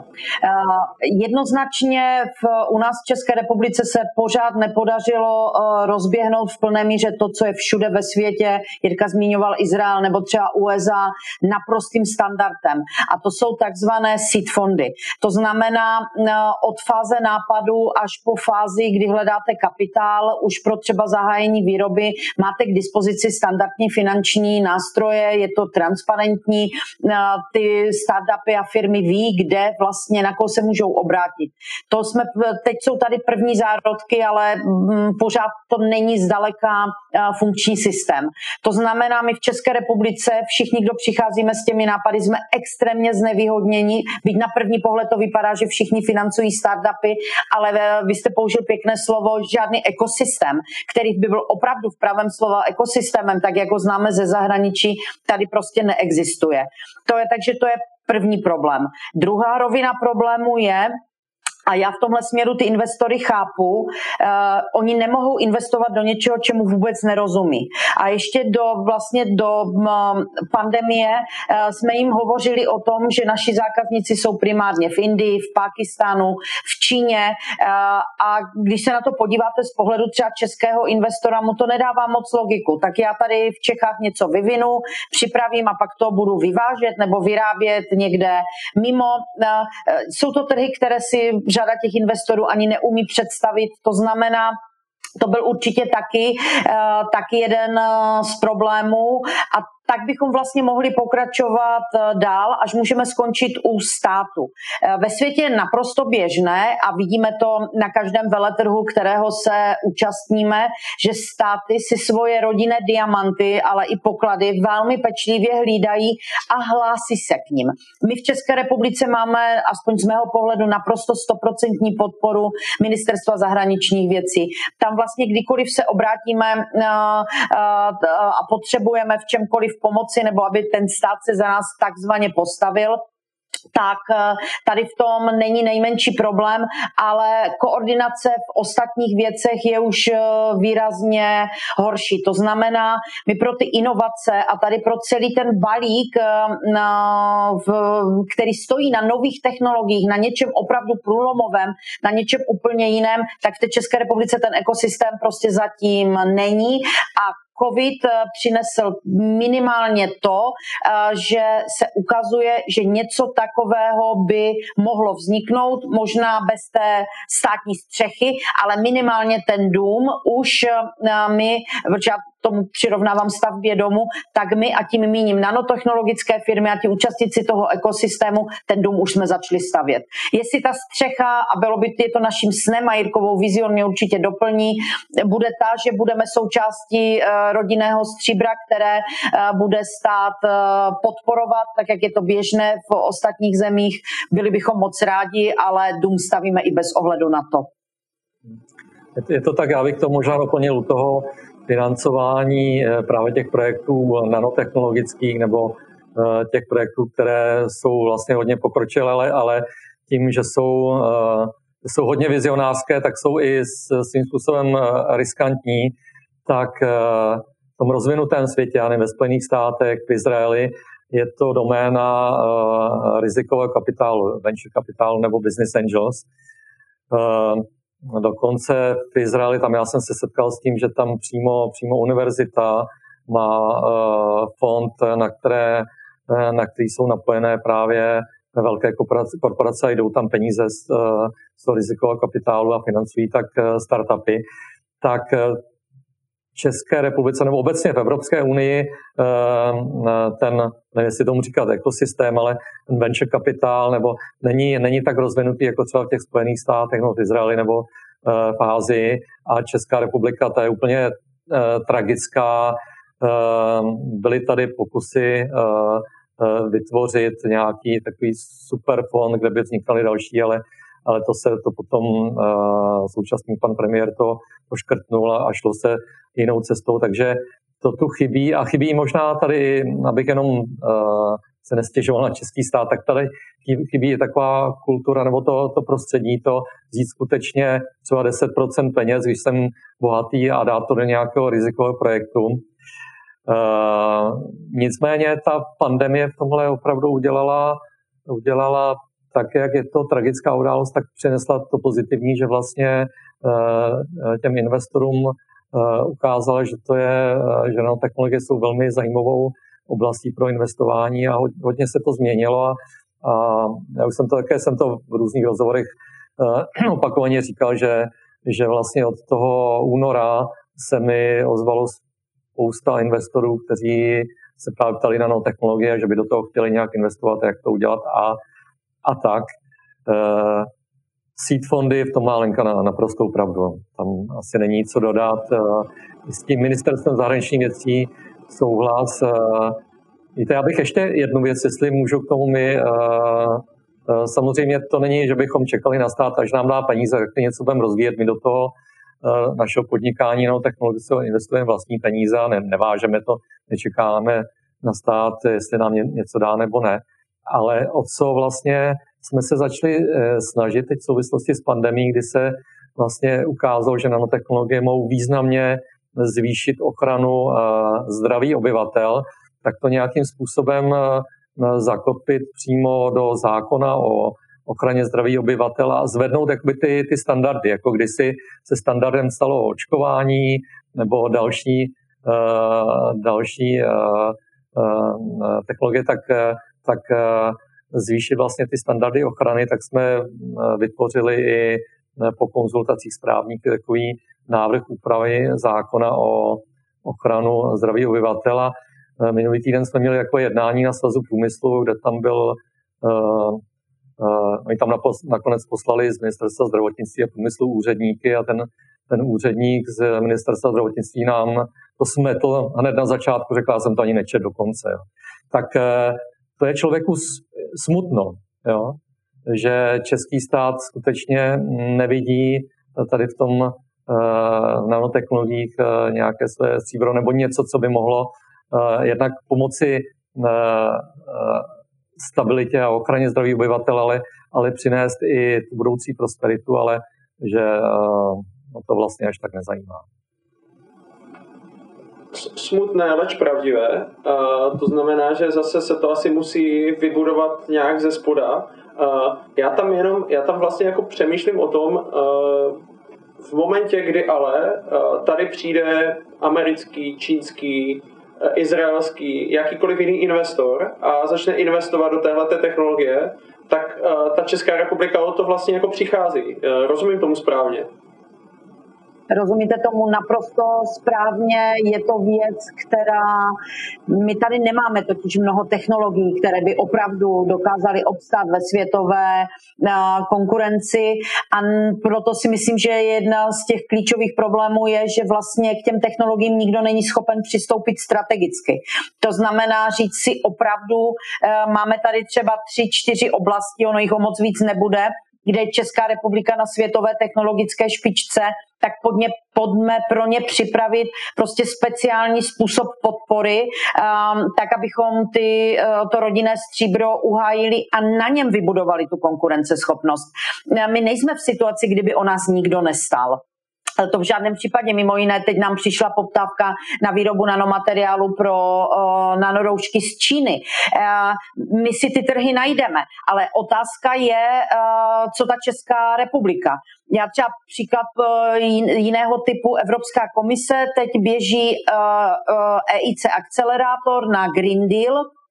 Jednoznačně u nás v České republice se pořád nepodařilo rozběhnout v plné míře to, co je všude ve světě. Jirka zmiňoval Izrael nebo třeba USA naprostým standardem. A to jsou takzvané seed fondy. To znamená od fáze nápadu až po fázi, kdy hledáte kapitál, už pro třeba zahájení výroby máte k dispozici standardní finanční nástroje, je to transparentní, ty startupy a firmy ví, kde vlastně, na koho se můžou obrátit. Teď jsou tady první zárodky, ale pořád to není zdaleka funkční systém. To znamená, my v České republice všichni, kdo přicházíme s těmi nápady, jsme extrémně znevýhodněni, byť na první pohled to vypadá, že všichni financují startupy, ale vy jste použil pěkné slovo, žádný ekosystém, který by byl opravdu v pravém slova ekosystémem, tak jako známe ze zahraničí, tady prostě neexistuje. Takže to je první problém. Druhá rovina problému je, a já v tomhle směru ty investory chápu, oni nemohou investovat do něčeho, čemu vůbec nerozumí. A ještě do pandemie jsme jim hovořili o tom, že naši zákazníci jsou primárně v Indii, v Pákistánu, v Číně a když se na to podíváte z pohledu třeba českého investora, mu to nedává moc logiku. Tak já tady v Čechách něco vyvinu, připravím a pak to budu vyvážet nebo vyrábět někde mimo. Jsou to trhy, které si řada těch investorů ani neumí představit. To znamená, to byl určitě taky jeden z problémů a tak bychom vlastně mohli pokračovat dál, až můžeme skončit u státu. Ve světě je naprosto běžné a vidíme to na každém veletrhu, kterého se účastníme, že státy si svoje rodinné diamanty, ale i poklady velmi pečlivě hlídají a hlásí se k nim. My v České republice máme, aspoň z mého pohledu, naprosto 100% podporu Ministerstva zahraničních věcí. Tam vlastně kdykoliv se obrátíme a potřebujeme v čemkoliv pomoci nebo aby ten stát se za nás takzvaně postavil, tak tady v tom není nejmenší problém, ale koordinace v ostatních věcech je už výrazně horší. To znamená, my pro ty inovace a tady pro celý ten balík, který stojí na nových technologiích, na něčem opravdu průlomovém, na něčem úplně jiném, tak v té České republice ten ekosystém prostě zatím není a COVID přinesl minimálně to, že se ukazuje, že něco takového by mohlo vzniknout, možná bez té státní střechy, ale minimálně ten dům už my, protože já tomu přirovnávám stavbě domu, tak my a tím míním nanotechnologické firmy a ti účastníci toho ekosystému, ten dům už jsme začali stavět. Jestli ta střecha, a je to naším snem a Jirkovou vizí, on mě určitě doplní, bude ta, že budeme součástí rodinného stříbra, které bude stát podporovat, tak jak je to běžné v ostatních zemích, byli bychom moc rádi, ale dům stavíme i bez ohledu na to. Je to tak, já bych to možná doplnil u toho financování právě těch projektů nanotechnologických nebo těch projektů, které jsou vlastně hodně pokročilé, ale tím, že jsou hodně vizionářské, tak jsou i svým způsobem riskantní, tak v tom rozvinutém světě, já nevím, ve Spojených státech, v Izraeli, je to doména rizikového kapitálu, venture kapitálu nebo business angels. Dokonce v Izraeli, tam já jsem se setkal s tím, že tam přímo univerzita má fond, na který jsou napojené právě velké korporace a jdou tam peníze z toho rizikového kapitálu a financují tak startupy. Tak České republice nebo obecně v Evropské unii ten, nevím, jestli tomu říkat ekosystém, ale ten venture kapitál nebo není tak rozvinutý jako třeba v těch Spojených státech nebo v Izraeli nebo v Ázii, a Česká republika, ta je úplně tragická. Byly tady pokusy vytvořit nějaký takový super fond, kde by vznikaly další, ale to potom současný pan premiér to škrtnul a šlo se jinou cestou, takže to tu chybí a chybí možná tady, abych jenom se nestěžoval na český stát, tak tady chybí taková kultura nebo to prostředí, to vzít skutečně třeba 10% peněz, když jsem bohatý, a dát to do nějakého rizikového projektu. Nicméně ta pandemie v tomhle opravdu udělala tak, jak je to tragická událost, tak přinesla to pozitivní, že vlastně těm investorům ukázala, že že nanotechnologie jsou velmi zajímavou oblastí pro investování a hodně se to změnilo a já už jsem to v různých rozhovorech opakovaně říkal, že vlastně od toho února se mi ozvalo spousta investorů, kteří se právě ptali na nanotechnologie, že by do toho chtěli nějak investovat, jak to udělat a tak. Seed fondy, v tom má Lenka naprostou pravdu. Tam asi není co dodat. S tím ministerstvem zahraničních věcí souhlas. Víte, já bych ještě jednu věc, jestli můžu k tomu samozřejmě to není, že bychom čekali na stát, až nám dá peníze, tak něco budeme rozvíjet. My do toho našeho podnikání technologického investujeme vlastní peníze a nevážeme to, nečekáme na stát, jestli nám něco dá nebo ne. Ale o co vlastně jsme se začali snažit teď v souvislosti s pandemií, kdy se vlastně ukázalo, že nanotechnologie mohou významně zvýšit ochranu zdraví obyvatel, tak to nějakým způsobem zakotvit přímo do zákona o ochraně zdraví obyvatel a zvednout jakoby ty standardy, jako kdysi se standardem stalo očkování nebo další technologie, tak zvýšit vlastně ty standardy ochrany, tak jsme vytvořili i po konzultacích s právníky takový návrh úpravy zákona o ochranu zdraví obyvatela. Minulý týden jsme měli jako jednání na Svazu průmyslu, kde tam byl, oni tam nakonec poslali z Ministerstva zdravotnictví a průmyslu úředníky a ten úředník z Ministerstva zdravotnictví nám to smetl hned na začátku, řekl, já jsem to ani nečet dokonce. Jo. Tak to je člověku smutno, jo? Že český stát skutečně nevidí tady v tom nanotechnologiích nějaké své stříbro nebo něco, co by mohlo jednak pomoci stabilitě a ochraně zdraví obyvatel, ale přinést i tu budoucí prosperitu, ale že to vlastně až tak nezajímá. Smutné, leč pravdivé. To znamená, že zase se to asi musí vybudovat nějak ze spoda. Já tam vlastně jako přemýšlím o tom, v momentě, kdy ale tady přijde americký, čínský, izraelský, jakýkoliv jiný investor a začne investovat do téhleté technologie, tak ta Česká republika o to vlastně jako přichází. Rozumím tomu správně? Rozumíte tomu naprosto správně, je to věc, která, my tady nemáme totiž mnoho technologií, které by opravdu dokázaly obstát ve světové konkurenci a proto si myslím, že jedna z těch klíčových problémů je, že vlastně k těm technologiím nikdo není schopen přistoupit strategicky. To znamená říct si opravdu, máme tady třeba 3-4 oblasti, ono jich o moc víc nebude, kde je Česká republika na světové technologické špičce, tak pojďme pro ně připravit prostě speciální způsob podpory, tak abychom to rodinné stříbro uhájili a na něm vybudovali tu konkurenceschopnost. My nejsme v situaci, kdyby o nás nikdo nestál. To v žádném případě, mimo jiné, teď nám přišla poptávka na výrobu nanomateriálu pro nanoroušky z Číny. My si ty trhy najdeme, ale otázka je, co ta Česká republika. Já třeba příklad jiného typu, Evropská komise teď běží EIC akcelerátor na Green Deal,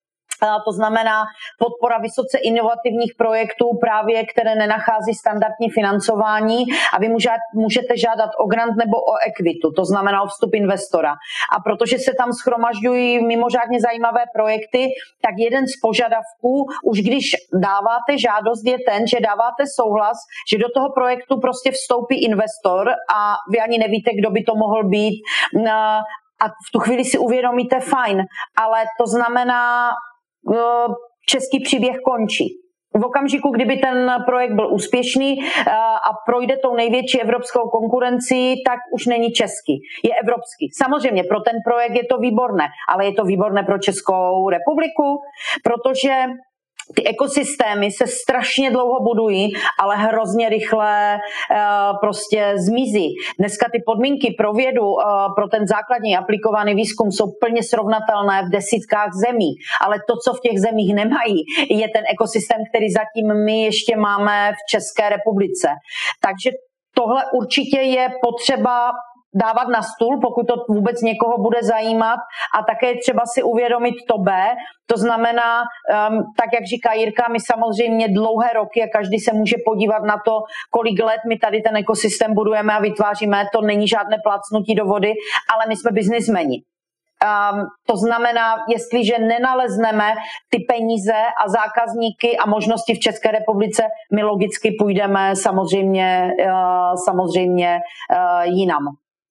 To znamená podpora vysoce inovativních projektů, právě které nenachází standardní financování a vy můžete žádat o grant nebo o equitu, to znamená o vstup investora. A protože se tam shromažďují mimořádně zajímavé projekty, tak jeden z požadavků, už když dáváte žádost, je ten, že dáváte souhlas, že do toho projektu prostě vstoupí investor a vy ani nevíte, kdo by to mohl být. A v tu chvíli si uvědomíte, fajn, ale to znamená, český příběh končí. V okamžiku, kdyby ten projekt byl úspěšný a projde tou největší evropskou konkurencí, tak už není český, je evropský. Samozřejmě pro ten projekt je to výborné, ale je to výborné pro Českou republiku, protože ty ekosystémy se strašně dlouho budují, ale hrozně rychle prostě zmizí. Dneska ty podmínky pro vědu, pro ten základní aplikovaný výzkum jsou plně srovnatelné v desítkách zemí, ale to, co v těch zemích nemají, je ten ekosystém, který zatím my ještě máme v České republice. Takže tohle určitě je potřeba dávat na stůl, pokud to vůbec někoho bude zajímat, a také třeba si uvědomit to B, to znamená, tak jak říká Jirka, my samozřejmě dlouhé roky a každý se může podívat na to, kolik let my tady ten ekosystém budujeme a vytváříme, to není žádné plácnutí do vody, ale my jsme biznismeni. To znamená, jestliže nenalezneme ty peníze a zákazníky a možnosti v České republice, my logicky půjdeme samozřejmě jinam.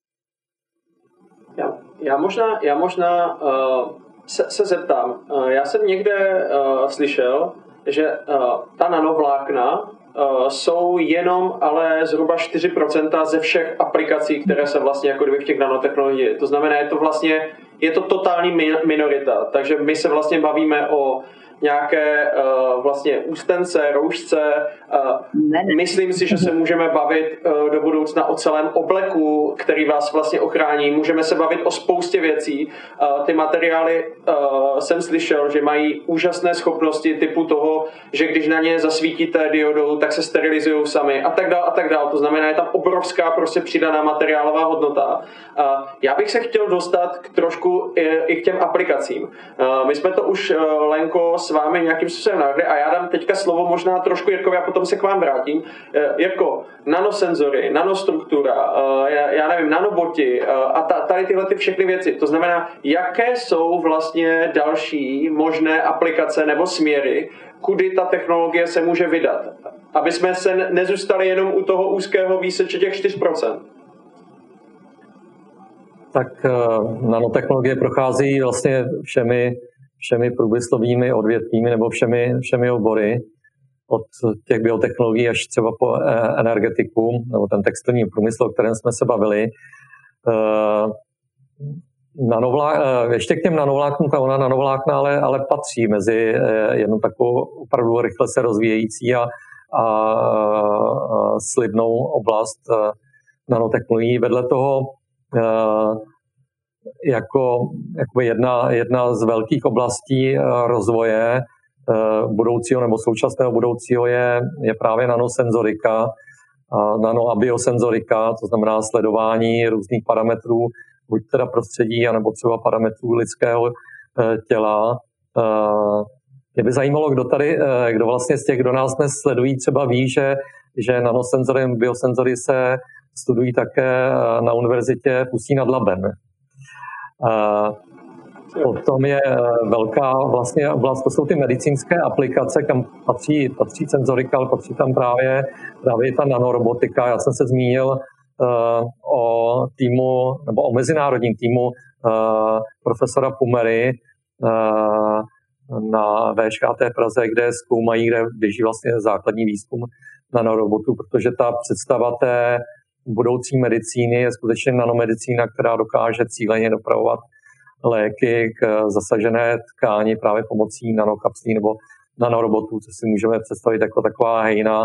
Já možná se zeptám. Já jsem někde slyšel, že ta nanovlákna jsou jenom ale zhruba 4% ze všech aplikací, které se vlastně jako kdyby v těch nanotechnologiích. To znamená, je to totální minorita. Takže my se vlastně bavíme o nějaké vlastně ústence, roušce. Myslím si, že se můžeme bavit do budoucna o celém obleku, který vás vlastně ochrání. Můžeme se bavit o spoustě věcí. Ty materiály jsem slyšel, že mají úžasné schopnosti typu toho, že když na ně zasvítíte diodou, tak se sterilizují sami a tak dále. To znamená, je tam obrovská prostě přidaná materiálová hodnota. Já bych se chtěl dostat trošku i k těm aplikacím. My jsme to už, Lenko, s vámi nějakým způsobem navrhli a já dám teďka slovo možná trošku Jirkovi a potom se k vám vrátím. Jirko, nanosenzory, nanostruktura, já nevím, nanoboti a tady tyhle ty všechny věci. To znamená, jaké jsou vlastně další možné aplikace nebo směry, kudy ta technologie se může vydat, aby jsme se nezůstali jenom u toho úzkého výseče těch 4%. Tak nanotechnologie prochází vlastně všemi průmyslovými odvětvími nebo všemi obory, od těch biotechnologií až třeba po energetiku nebo ten textilní průmysl, o kterém jsme se bavili. Ještě k těm nanovláknům, ona nanovlákna ale patří mezi jednu takovou opravdu rychle se rozvíjející a slibnou oblast nanotechnologií. Vedle toho jako jedna z velkých oblastí rozvoje budoucího nebo současného budoucího je právě nanosenzorika, nano a biosenzorika, to znamená sledování různých parametrů, buď teda prostředí, anebo třeba parametrů lidského těla. Mě by zajímalo, kdo vlastně z těch, kdo nás dnes sledují, třeba ví, že nanosenzory a biosenzory se studují také na univerzitě v Ústí nad Labem. Potom je velká vlastně oblast, to jsou ty medicínské aplikace, kam patří senzorika, ale patří tam právě ta nanorobotika. Já jsem se zmínil o týmu, nebo o mezinárodním týmu profesora Pumery na VŠKT Praze, kde zkoumají, kde běží vlastně základní výzkum nanorobotů, protože ta představa té budoucí medicíny je skutečně nanomedicína, která dokáže cíleně dopravovat léky k zasažené tkáni právě pomocí nanokapslí nebo nanorobotů, co si můžeme představit jako taková hejna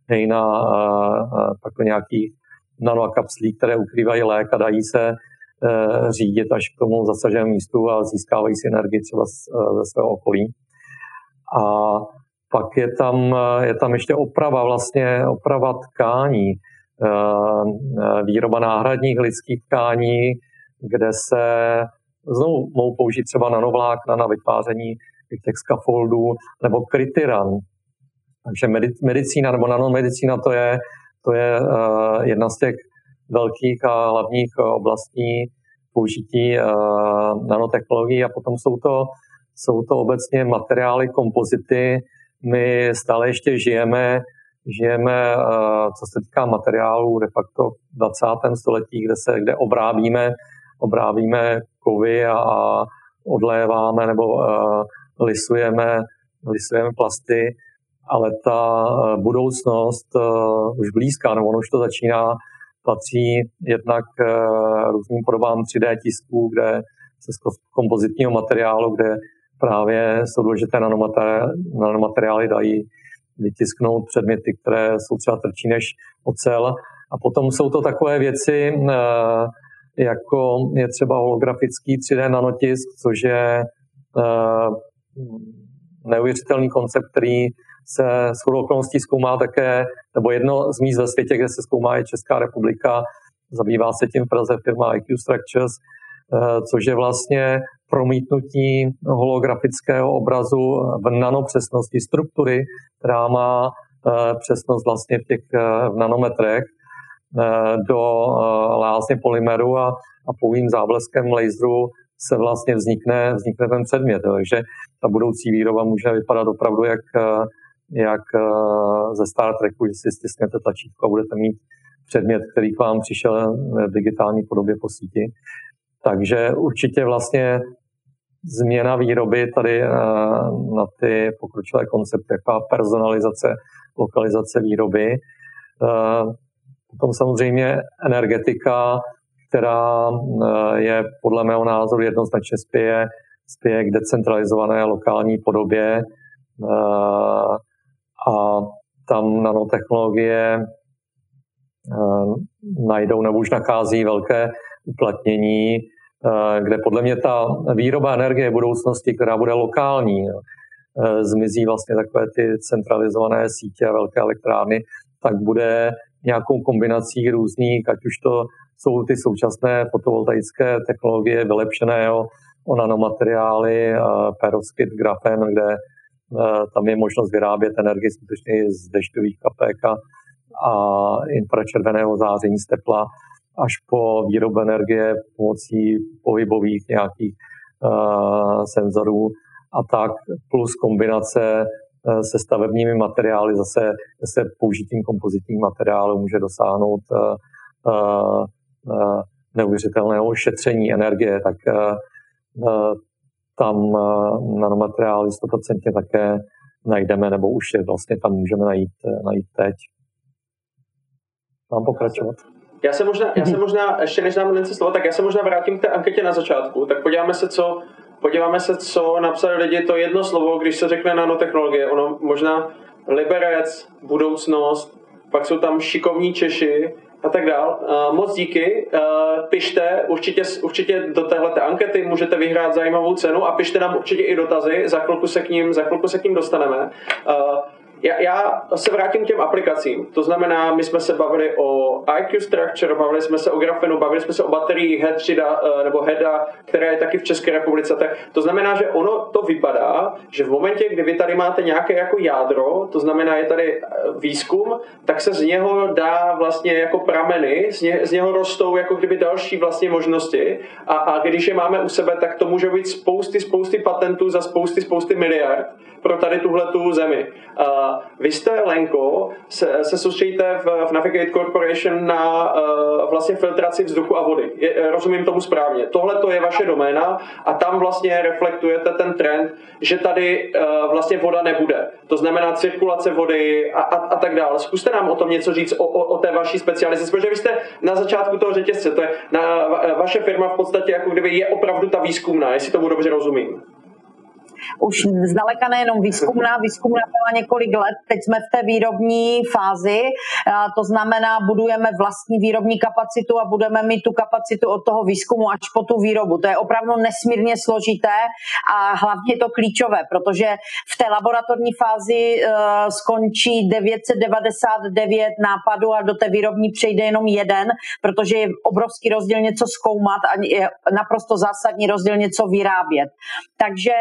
takhle nějakých nanokapslí, které ukrývají lék a dají se řídit až k tomu zasaženému místu a získávají si energii třeba ze svého okolí. A pak je tam ještě oprava tkání, výroba náhradních lidských tkání, kde se znovu mohou použít třeba nanovlákna na vytváření těch scaffoldů, nebo Krytiran. Takže medicína nebo nanomedicína to je jedna z těch velkých a hlavních oblastí použití nanotechnologií a potom jsou to obecně materiály, kompozity. My stále ještě žijeme, co se týká materiálů, de facto v 20. století, kde obrábíme kovy a odléváme nebo lisujeme plasty, ale ta budoucnost už blízká, nebo ono už to začíná, patří jednak různým podobám 3D tisků, kde se z kompozitního materiálu, kde právě jsou důležité nanomateriály, dají vytisknout předměty, které jsou třeba tvrdší než ocel. A potom jsou to takové věci, jako je třeba holografický 3D nanotisk, což je neuvěřitelný koncept, který se shodou okolností zkoumá také, nebo jedno z míst ve světě, kde se zkoumá, je Česká republika. Zabývá se tím v Praze firma IQ Structures, což je vlastně promítnutí holografického obrazu v nanopřesnosti struktury, která má přesnost vlastně v nanometrech do lázně polymeru a pouhým zábleskem laseru se vlastně vznikne ten předmět. Takže ta budoucí výroba může vypadat opravdu jak ze Star Treku, že si stisknete tlačítko a budete mít předmět, který k vám přišel v digitální podobě po síti. Takže určitě vlastně změna výroby tady na ty pokročilé koncepty, jako personalizace, lokalizace výroby. Potom samozřejmě energetika, která je podle mého názoru jednoznačně spěje k decentralizované lokální podobě a tam nanotechnologie najdou nebo už nachází velké uplatnění, kde podle mě ta výroba energie budoucnosti, která bude lokální, zmizí vlastně takové ty centralizované sítě a velké elektrárny, tak bude nějakou kombinací různých, ať už to jsou ty současné fotovoltaické technologie vylepšené o nanomateriály, perovskit, grafen, kde tam je možnost vyrábět energii skutečně z dešťových kapek a infračerveného záření z tepla, až po výrobu energie pomocí pohybových nějakých senzorů a tak, plus kombinace se stavebními materiály, zase použitím kompozitních materiálů může dosáhnout neuvěřitelného šetření energie, tak tam nanomateriály 100% také najdeme, nebo už je vlastně tam můžeme najít teď. Mám pokračovat? Já se možná, ještě než dám něco slovo, tak já se možná vrátím k té anketě na začátku, tak podíváme se, co napsali lidi, to jedno slovo, když se řekne nanotechnologie, ono možná liberec, budoucnost, pak jsou tam šikovní Češi a tak dál. Moc díky, pište určitě do téhleté ankety, můžete vyhrát zajímavou cenu a pište nám určitě i dotazy, za chvilku se k ním dostaneme. Já se vrátím k těm aplikacím. To znamená, my jsme se bavili o IQ Structure, bavili jsme se o grafenu, bavili jsme se o bateriích HEDA, která je taky v České republice. Tak to znamená, že ono to vypadá, že v momentě, kdy vy tady máte nějaké jako jádro, to znamená, je tady výzkum, tak se z něho dá vlastně jako prameny, z něho rostou jako kdyby další vlastně možnosti a když je máme u sebe, tak to může být spousty patentů za spousty miliard pro tady tuhletu zemi. Vy jste, Lenko, se soustředíte v Navigate Corporation na vlastně filtraci vzduchu a vody. Rozumím tomu správně. Tohle to je vaše doména a tam vlastně reflektujete ten trend, že tady vlastně voda nebude. To znamená cirkulace vody a tak dále. Zkuste nám o tom něco říct, o té vaší specializaci, protože vy jste na začátku toho řetězce. To je vaše firma v podstatě jako kdyby je opravdu ta výzkumná, jestli tomu dobře rozumím. Už zdaleka nejenom výzkumná byla několik let, teď jsme v té výrobní fázi, to znamená, budujeme vlastní výrobní kapacitu a budeme mít tu kapacitu od toho výzkumu až po tu výrobu. To je opravdu nesmírně složité a hlavně je to klíčové, protože v té laboratorní fázi skončí 999 nápadů a do té výrobní přejde jenom jeden, protože je obrovský rozdíl něco zkoumat a je naprosto zásadní rozdíl něco vyrábět. Takže my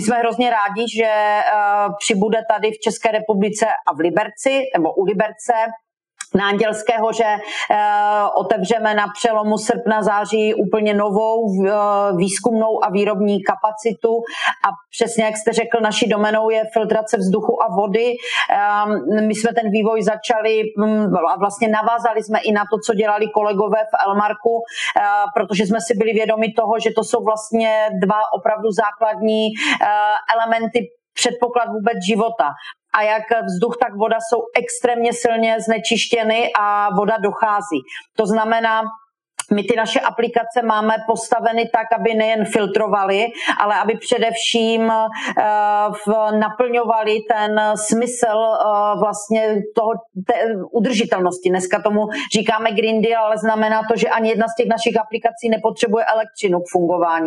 jsme hrozně rádi, že přibude tady v České republice a v Liberci, nebo u Liberce, na Andělské hoře otevřeme na přelomu srpna září úplně novou výzkumnou a výrobní kapacitu a přesně jak jste řekl, naší domenou je filtrace vzduchu a vody. My jsme ten vývoj začali a vlastně navázali jsme i na to, co dělali kolegové v Elmarku, protože jsme si byli vědomi toho, že to jsou vlastně dva opravdu základní elementy, předpoklad vůbec života. A jak vzduch, tak voda jsou extrémně silně znečištěny a voda dochází. To znamená, my ty naše aplikace máme postaveny tak, aby nejen filtrovaly, ale aby především naplňovaly ten smysl vlastně toho udržitelnosti. Dneska tomu říkáme Green Deal, ale znamená to, že ani jedna z těch našich aplikací nepotřebuje elektřinu k fungování.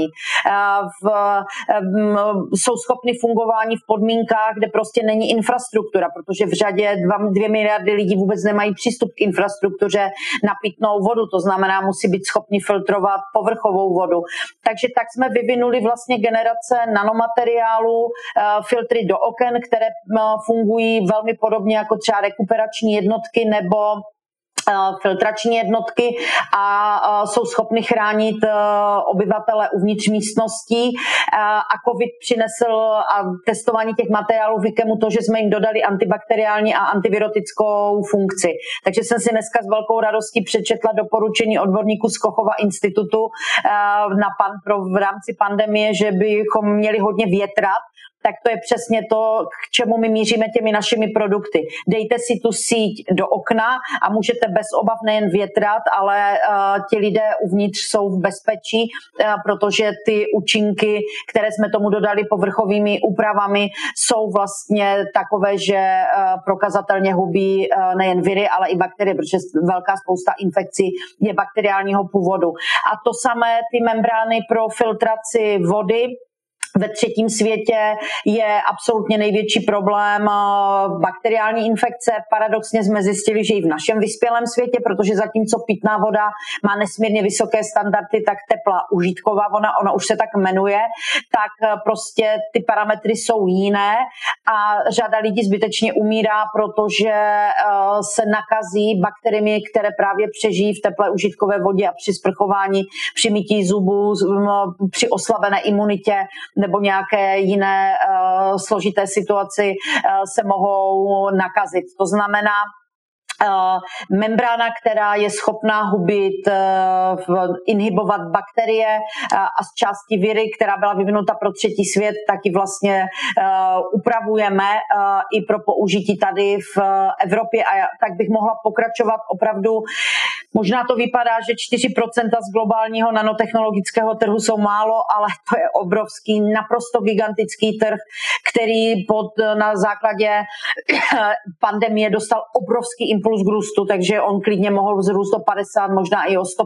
Jsou schopny fungování v podmínkách, kde prostě není infrastruktura, protože v řadě 2 miliardy lidí vůbec nemají přístup k infrastruktuře na pitnou vodu. To znamená, musí být schopni filtrovat povrchovou vodu. Takže tak jsme vyvinuli vlastně generace nanomateriálů, filtry do oken, které fungují velmi podobně jako třeba rekuperační jednotky nebo filtrační jednotky a jsou schopny chránit obyvatele uvnitř místností a COVID přinesl a testování těch materiálů v IKEMu to, že jsme jim dodali antibakteriální a antivirotickou funkci. Takže jsem si dneska s velkou radostí přečetla doporučení odborníků z Kochova institutu v rámci pandemie, že bychom měli hodně větrat, tak to je přesně to, k čemu my míříme těmi našimi produkty. Dejte si tu síť do okna a můžete bez obav nejen větrat, ale ti lidé uvnitř jsou v bezpečí, protože ty účinky, které jsme tomu dodali povrchovými úpravami, jsou vlastně takové, že prokazatelně hubí nejen viry, ale i bakterie, protože velká spousta infekcí je bakteriálního původu. A to samé ty membrány pro filtraci vody. Ve třetím světě je absolutně největší problém bakteriální infekce. Paradoxně jsme zjistili, že i v našem vyspělém světě, protože zatímco pitná voda má nesmírně vysoké standardy, tak teplá užitková voda, ona už se tak jmenuje, tak prostě ty parametry jsou jiné a řada lidí zbytečně umírá, protože se nakazí bakteriemi, které právě přežijí v teplé užitkové vodě a při sprchování, při mytí zubů, při oslabené imunitě nebo nějaké jiné složité situaci se mohou nakazit. To znamená, membrána, která je schopná hubit, inhibovat bakterie a z části viry, která byla vyvinuta pro třetí svět, taky vlastně upravujeme i pro použití tady v Evropě a tak bych mohla pokračovat opravdu. Možná to vypadá, že 4% z globálního nanotechnologického trhu jsou málo, ale to je obrovský, naprosto gigantický trh, který na základě pandemie dostal obrovský impuls k růstu, takže on klidně mohl vzrůst o 50, možná i o 100%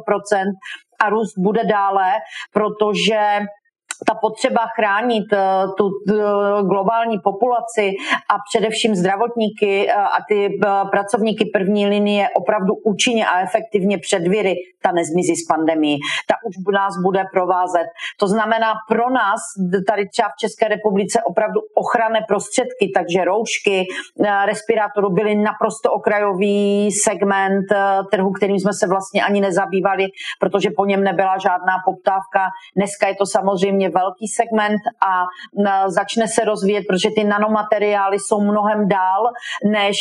a růst bude dále, protože ta potřeba chránit tu globální populaci a především zdravotníky a ty pracovníky první linie opravdu účinně a efektivně před viry, ta nezmizí z pandemii. Ta už nás bude provázet. To znamená pro nás tady třeba v České republice opravdu ochranné prostředky, takže roušky, respirátorů byly naprosto okrajový segment trhu, kterým jsme se vlastně ani nezabývali, protože po něm nebyla žádná poptávka. Dneska je to samozřejmě velký segment a začne se rozvíjet, protože ty nanomateriály jsou mnohem dál než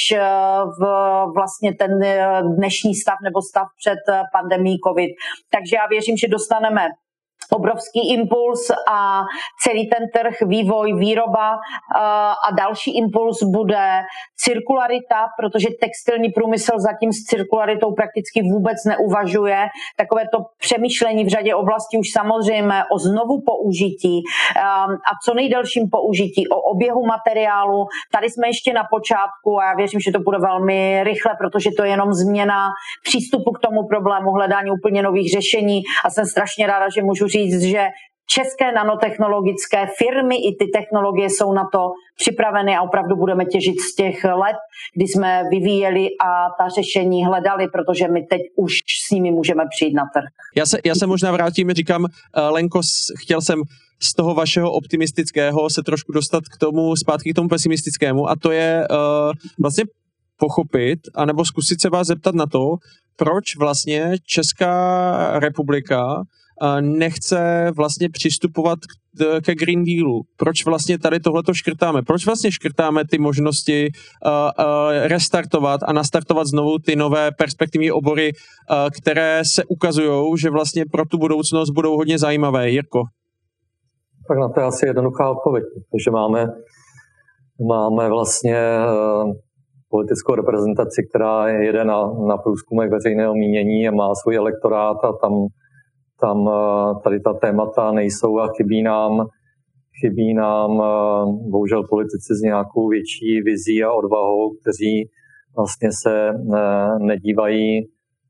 vlastně ten dnešní stav nebo stav před pandemií COVID. Takže já věřím, že dostaneme obrovský impuls a celý ten trh, vývoj, výroba a další impuls bude cirkularita, protože textilní průmysl zatím s cirkularitou prakticky vůbec neuvažuje. Takové to přemýšlení v řadě oblastí už samozřejmě o znovu použití a co nejdelším použití, o oběhu materiálu. Tady jsme ještě na počátku a já věřím, že to bude velmi rychle, protože to je jenom změna přístupu k tomu problému, hledání úplně nových řešení a jsem strašně ráda, že můžu říct, že české nanotechnologické firmy i ty technologie jsou na to připraveny a opravdu budeme těžit z těch let, kdy jsme vyvíjeli a ta řešení hledali, protože my teď už s nimi můžeme přijít na trh. Já se možná vrátím, říkám, Lenko, chtěl jsem z toho vašeho optimistického se trošku dostat zpátky k tomu pesimistickému, a to je vlastně pochopit, anebo zkusit se vás zeptat na to, proč vlastně Česká republika nechce vlastně přistupovat ke Green Dealu. Proč vlastně tady tohleto škrtáme? Proč vlastně škrtáme ty možnosti restartovat a nastartovat znovu ty nové perspektivní obory, které se ukazujou, že vlastně pro tu budoucnost budou hodně zajímavé? Jirko? Tak na to je asi jednoduchá odpověď, protože máme vlastně politickou reprezentaci, která jede na průzkumech veřejného mínění a má svůj elektorát a tam tady ta témata nejsou a chybí nám bohužel politici s nějakou větší vizí a odvahou, kteří vlastně se nedívají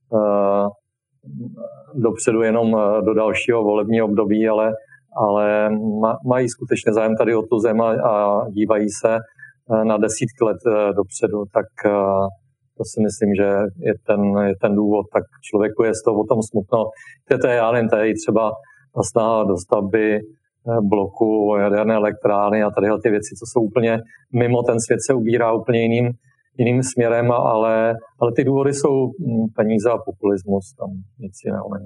dopředu jenom do dalšího volebního období, ale mají skutečně zájem tady o tu zem a dívají se na desítky let dopředu, tak to si myslím, že je ten důvod. Tak člověku je z toho o tom smutno. Já nevím, tady třeba snaha dostavby bloku jaderné elektrárny a tadyhle ty věci, co jsou úplně mimo, ten svět se ubírá úplně jiným směrem, ale ty důvody jsou peníze a populismus, tam nic jiného není.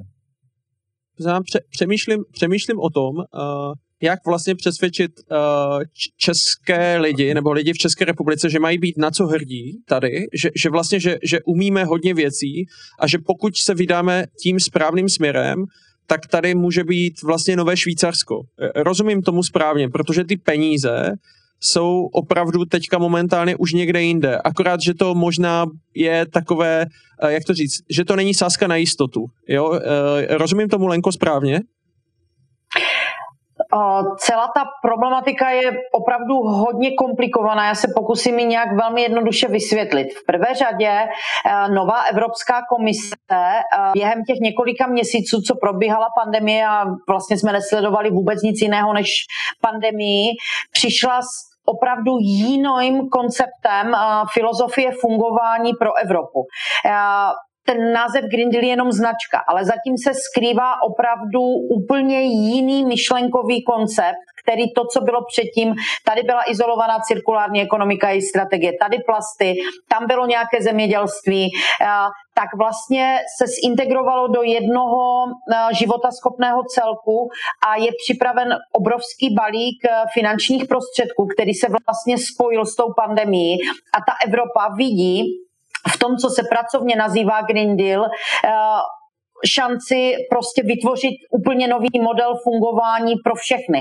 Přemýšlím o tom, jak vlastně přesvědčit české lidi nebo lidi v České republice, že mají být na co hrdí tady, že vlastně, že umíme hodně věcí a že pokud se vydáme tím správným směrem, tak tady může být vlastně nové Švýcarsko. Rozumím tomu správně, protože ty peníze jsou opravdu teďka momentálně už někde jinde. Akorát, že to možná je takové, jak to říct, že to není sázka na jistotu. Jo? Rozumím tomu, Lenko, správně? Celá ta problematika je opravdu hodně komplikovaná. Já se pokusím ji nějak velmi jednoduše vysvětlit. V prvé řadě nová Evropská komise během těch několika měsíců, co probíhala pandemie a vlastně jsme nesledovali vůbec nic jiného než pandemii, přišla s opravdu jiným konceptem filozofie fungování pro Evropu. Ten název Green Deal je jenom značka, ale zatím se skrývá opravdu úplně jiný myšlenkový koncept, který to, co bylo předtím, tady byla izolovaná cirkulární ekonomika i strategie, tady plasty, tam bylo nějaké zemědělství, tak vlastně se zintegrovalo do jednoho životaschopného celku a je připraven obrovský balík finančních prostředků, který se vlastně spojil s tou pandemií a ta Evropa vidí v tom, co se pracovně nazývá Green Deal, šanci prostě vytvořit úplně nový model fungování pro všechny.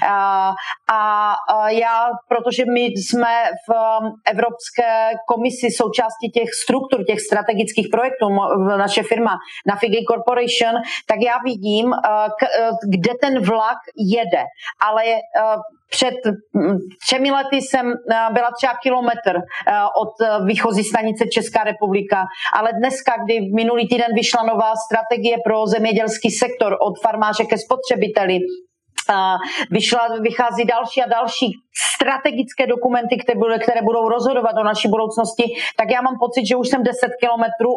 Protože my jsme v Evropské komisi součástí těch struktur, těch strategických projektů, naše firma Nafigi Corporation, tak já vidím, kde ten vlak jede. Ale před 3 lety jsem byla třeba kilometr od výchozí stanice Česká republika, ale dneska, kdy minulý týden vyšla nová strategie pro zemědělský sektor od farmáře ke spotřebiteli, vychází další a další strategické dokumenty, které budou rozhodovat o naší budoucnosti, tak já mám pocit, že už jsem 10 kilometrů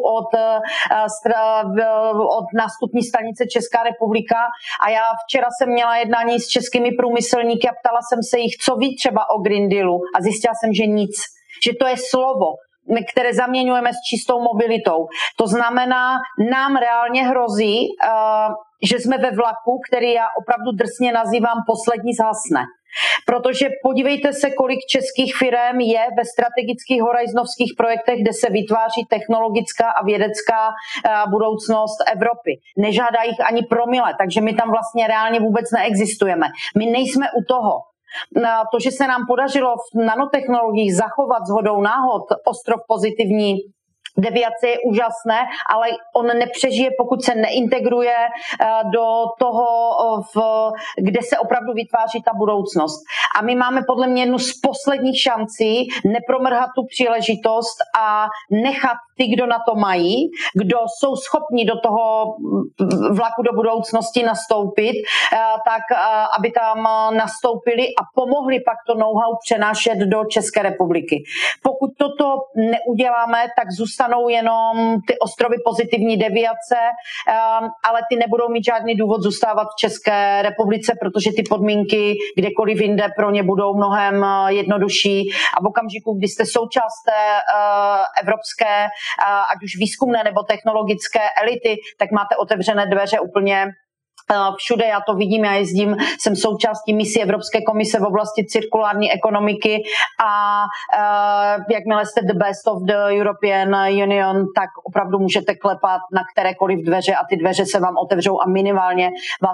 od nástupní stanice Česká republika a já včera jsem měla jednání s českými průmyslníky a ptala jsem se jich, co ví třeba o Green Dealu a zjistila jsem, že nic. Že to je slovo, které zaměňujeme s čistou mobilitou. To znamená, nám reálně hrozí, že jsme ve vlaku, který já opravdu drsně nazývám poslední zhasne. Protože podívejte se, kolik českých firem je ve strategických horizontovských projektech, kde se vytváří technologická a vědecká budoucnost Evropy. Nežádá jich ani promile, takže my tam vlastně reálně vůbec neexistujeme. My nejsme u toho. To, že se nám podařilo v nanotechnologiích zachovat shodou náhod ostrov pozitivní deviace, je úžasné, ale on nepřežije, pokud se neintegruje do toho, kde se opravdu vytváří ta budoucnost. A my máme podle mě jednu z posledních šancí nepromrhat tu příležitost a nechat ty, kdo na to mají, kdo jsou schopni do toho vlaku do budoucnosti nastoupit, tak aby tam nastoupili a pomohli pak to know-how přenášet do České republiky. Pokud toto neuděláme, tak zůstanou jenom ty ostrovy pozitivní deviace, ale ty nebudou mít žádný důvod zůstávat v České republice, protože ty podmínky kdekoliv jinde pro ně budou mnohem jednodušší. A v okamžiku, kdy jste součást evropské, ať už výzkumné nebo technologické elity, tak máte otevřené dveře úplně všude. Já to vidím, já jezdím, jsem součástí misí Evropské komise v oblasti cirkulární ekonomiky a jakmile jste the best of the European Union, tak opravdu můžete klepat na kterékoliv dveře a ty dveře se vám otevřou a minimálně vás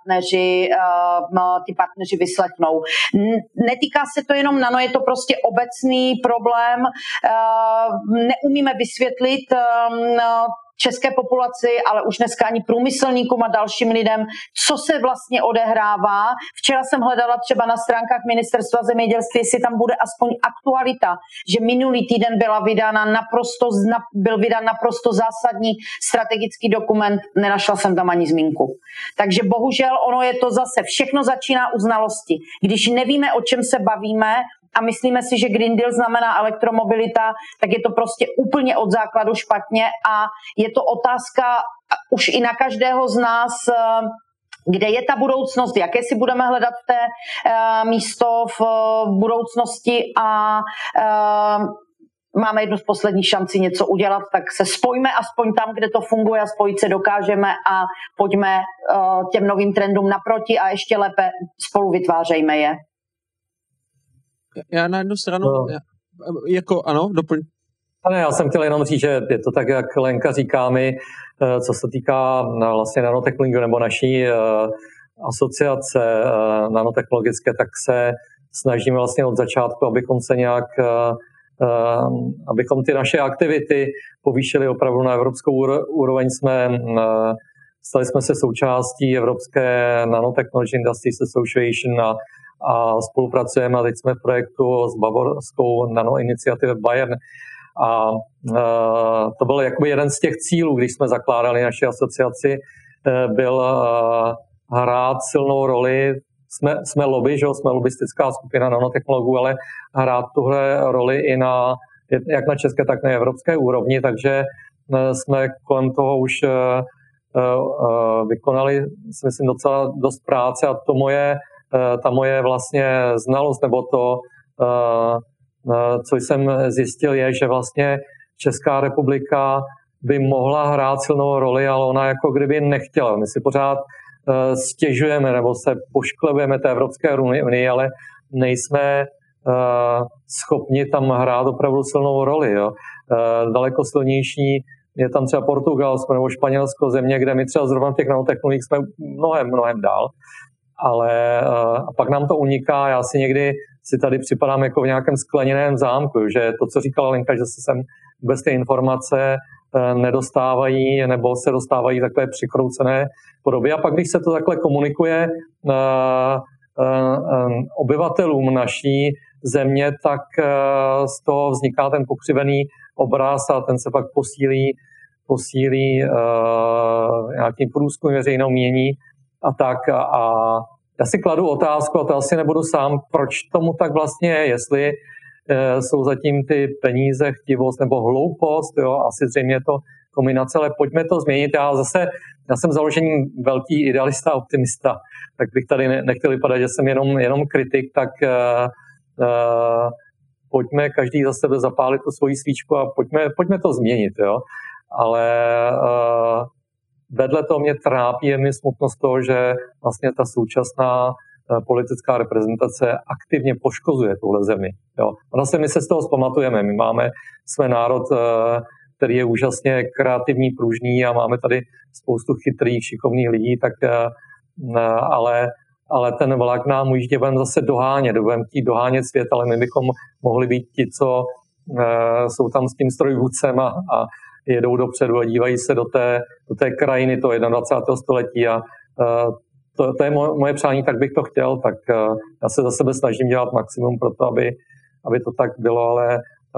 ty partneři vyslechnou. Netýká se to jenom nano, je to prostě obecný problém. Neumíme vysvětlit české populaci, ale už dneska ani průmyslníkům a dalším lidem, co se vlastně odehrává. Včera jsem hledala třeba na stránkách Ministerstva zemědělství, jestli tam bude aspoň aktualita, že minulý týden byl vydán naprosto zásadní strategický dokument, nenašla jsem tam ani zmínku. Takže bohužel ono je to zase, všechno začíná u znalosti. Když nevíme, o čem se bavíme, a myslíme si, že Green Deal znamená elektromobilita, tak je to prostě úplně od základu špatně a je to otázka už i na každého z nás, kde je ta budoucnost, jaké si budeme hledat v té místo v budoucnosti a máme jednu z posledních šancí něco udělat, tak se spojíme aspoň tam, kde to funguje a spojit se dokážeme a pojďme těm novým trendům naproti a ještě lépe spolu vytvářejme je. Já na jednu stranu, ano, doplň. Ale já jsem chtěl jenom říct, že je to tak, jak Lenka říká, my, co se týká vlastně nanotechnologie nebo naší asociace nanotechnologické, tak se snažíme vlastně od začátku, abychom ty naše aktivity povýšili opravdu na evropskou úroveň. Stali jsme se součástí Evropské Nanotechnology Industries Association a spolupracujeme a teď jsme v projektu s bavorskou nanoiniciativou Bayern. A to byl jakoby jeden z těch cílů, když jsme zakládali naši asociaci, byl hrát silnou roli. Jsme lobby, že? Jsme lobbystická skupina nanotechnologů, ale hrát tuhle roli i jak na české, tak na evropské úrovni, takže jsme kolem toho už vykonali, myslím, docela dost práce a ta moje vlastně znalost, nebo to, co jsem zjistil, je, že vlastně Česká republika by mohla hrát silnou roli, ale ona jako kdyby nechtěla. My si pořád stěžujeme nebo se pošklebujeme té Evropské unii, ale nejsme schopni tam hrát opravdu silnou roli. Jo. Daleko silnější je tam třeba Portugalsko nebo Španělsko, země, kde my třeba zrovna v těch nanotechnologiích jsme mnohem dál. Ale a pak nám to uniká, já si někdy tady připadám jako v nějakém skleněném zámku, že to, co říkala Lenka, že se sem vůbec ty informace nedostávají nebo se dostávají takové přikroucené podoby. A pak, když se to takhle komunikuje obyvatelům naší země, tak z toho vzniká ten pokřivený obraz a ten se pak posílí nějakým průzkumem veřejného mínění a tak. A já si kladu otázku, a to asi nebudu sám, proč tomu tak vlastně je, jestli jsou zatím ty peníze, chtivost nebo hloupost, jo, asi zřejmě je to kombinace, ale pojďme to změnit. Já jsem založením velký idealista a optimista, tak bych tady nechtěl vypadat, že jsem jenom kritik, tak pojďme každý za sebe zapálit tu svoji svíčku a pojďme to změnit, jo. Ale vedle toho mě trápí, je mi smutnost toho, že vlastně ta současná politická reprezentace aktivně poškozuje tuhle zemi. Jo. A zase my se z toho zpamatujeme. My jsme národ, který je úžasně kreativní, pružný a máme tady spoustu chytrých, šikovných lidí, tak, ale ten vlak nám už budeme zase budeme chtít dohánět svět, ale my bychom mohli být ti, co jsou tam s tím strojvůdcem a jedou dopředu a dívají se do té krajiny toho 21. století a to je moje přání, tak bych to chtěl, tak já se za sebe snažím dělat maximum pro to, aby to tak bylo, ale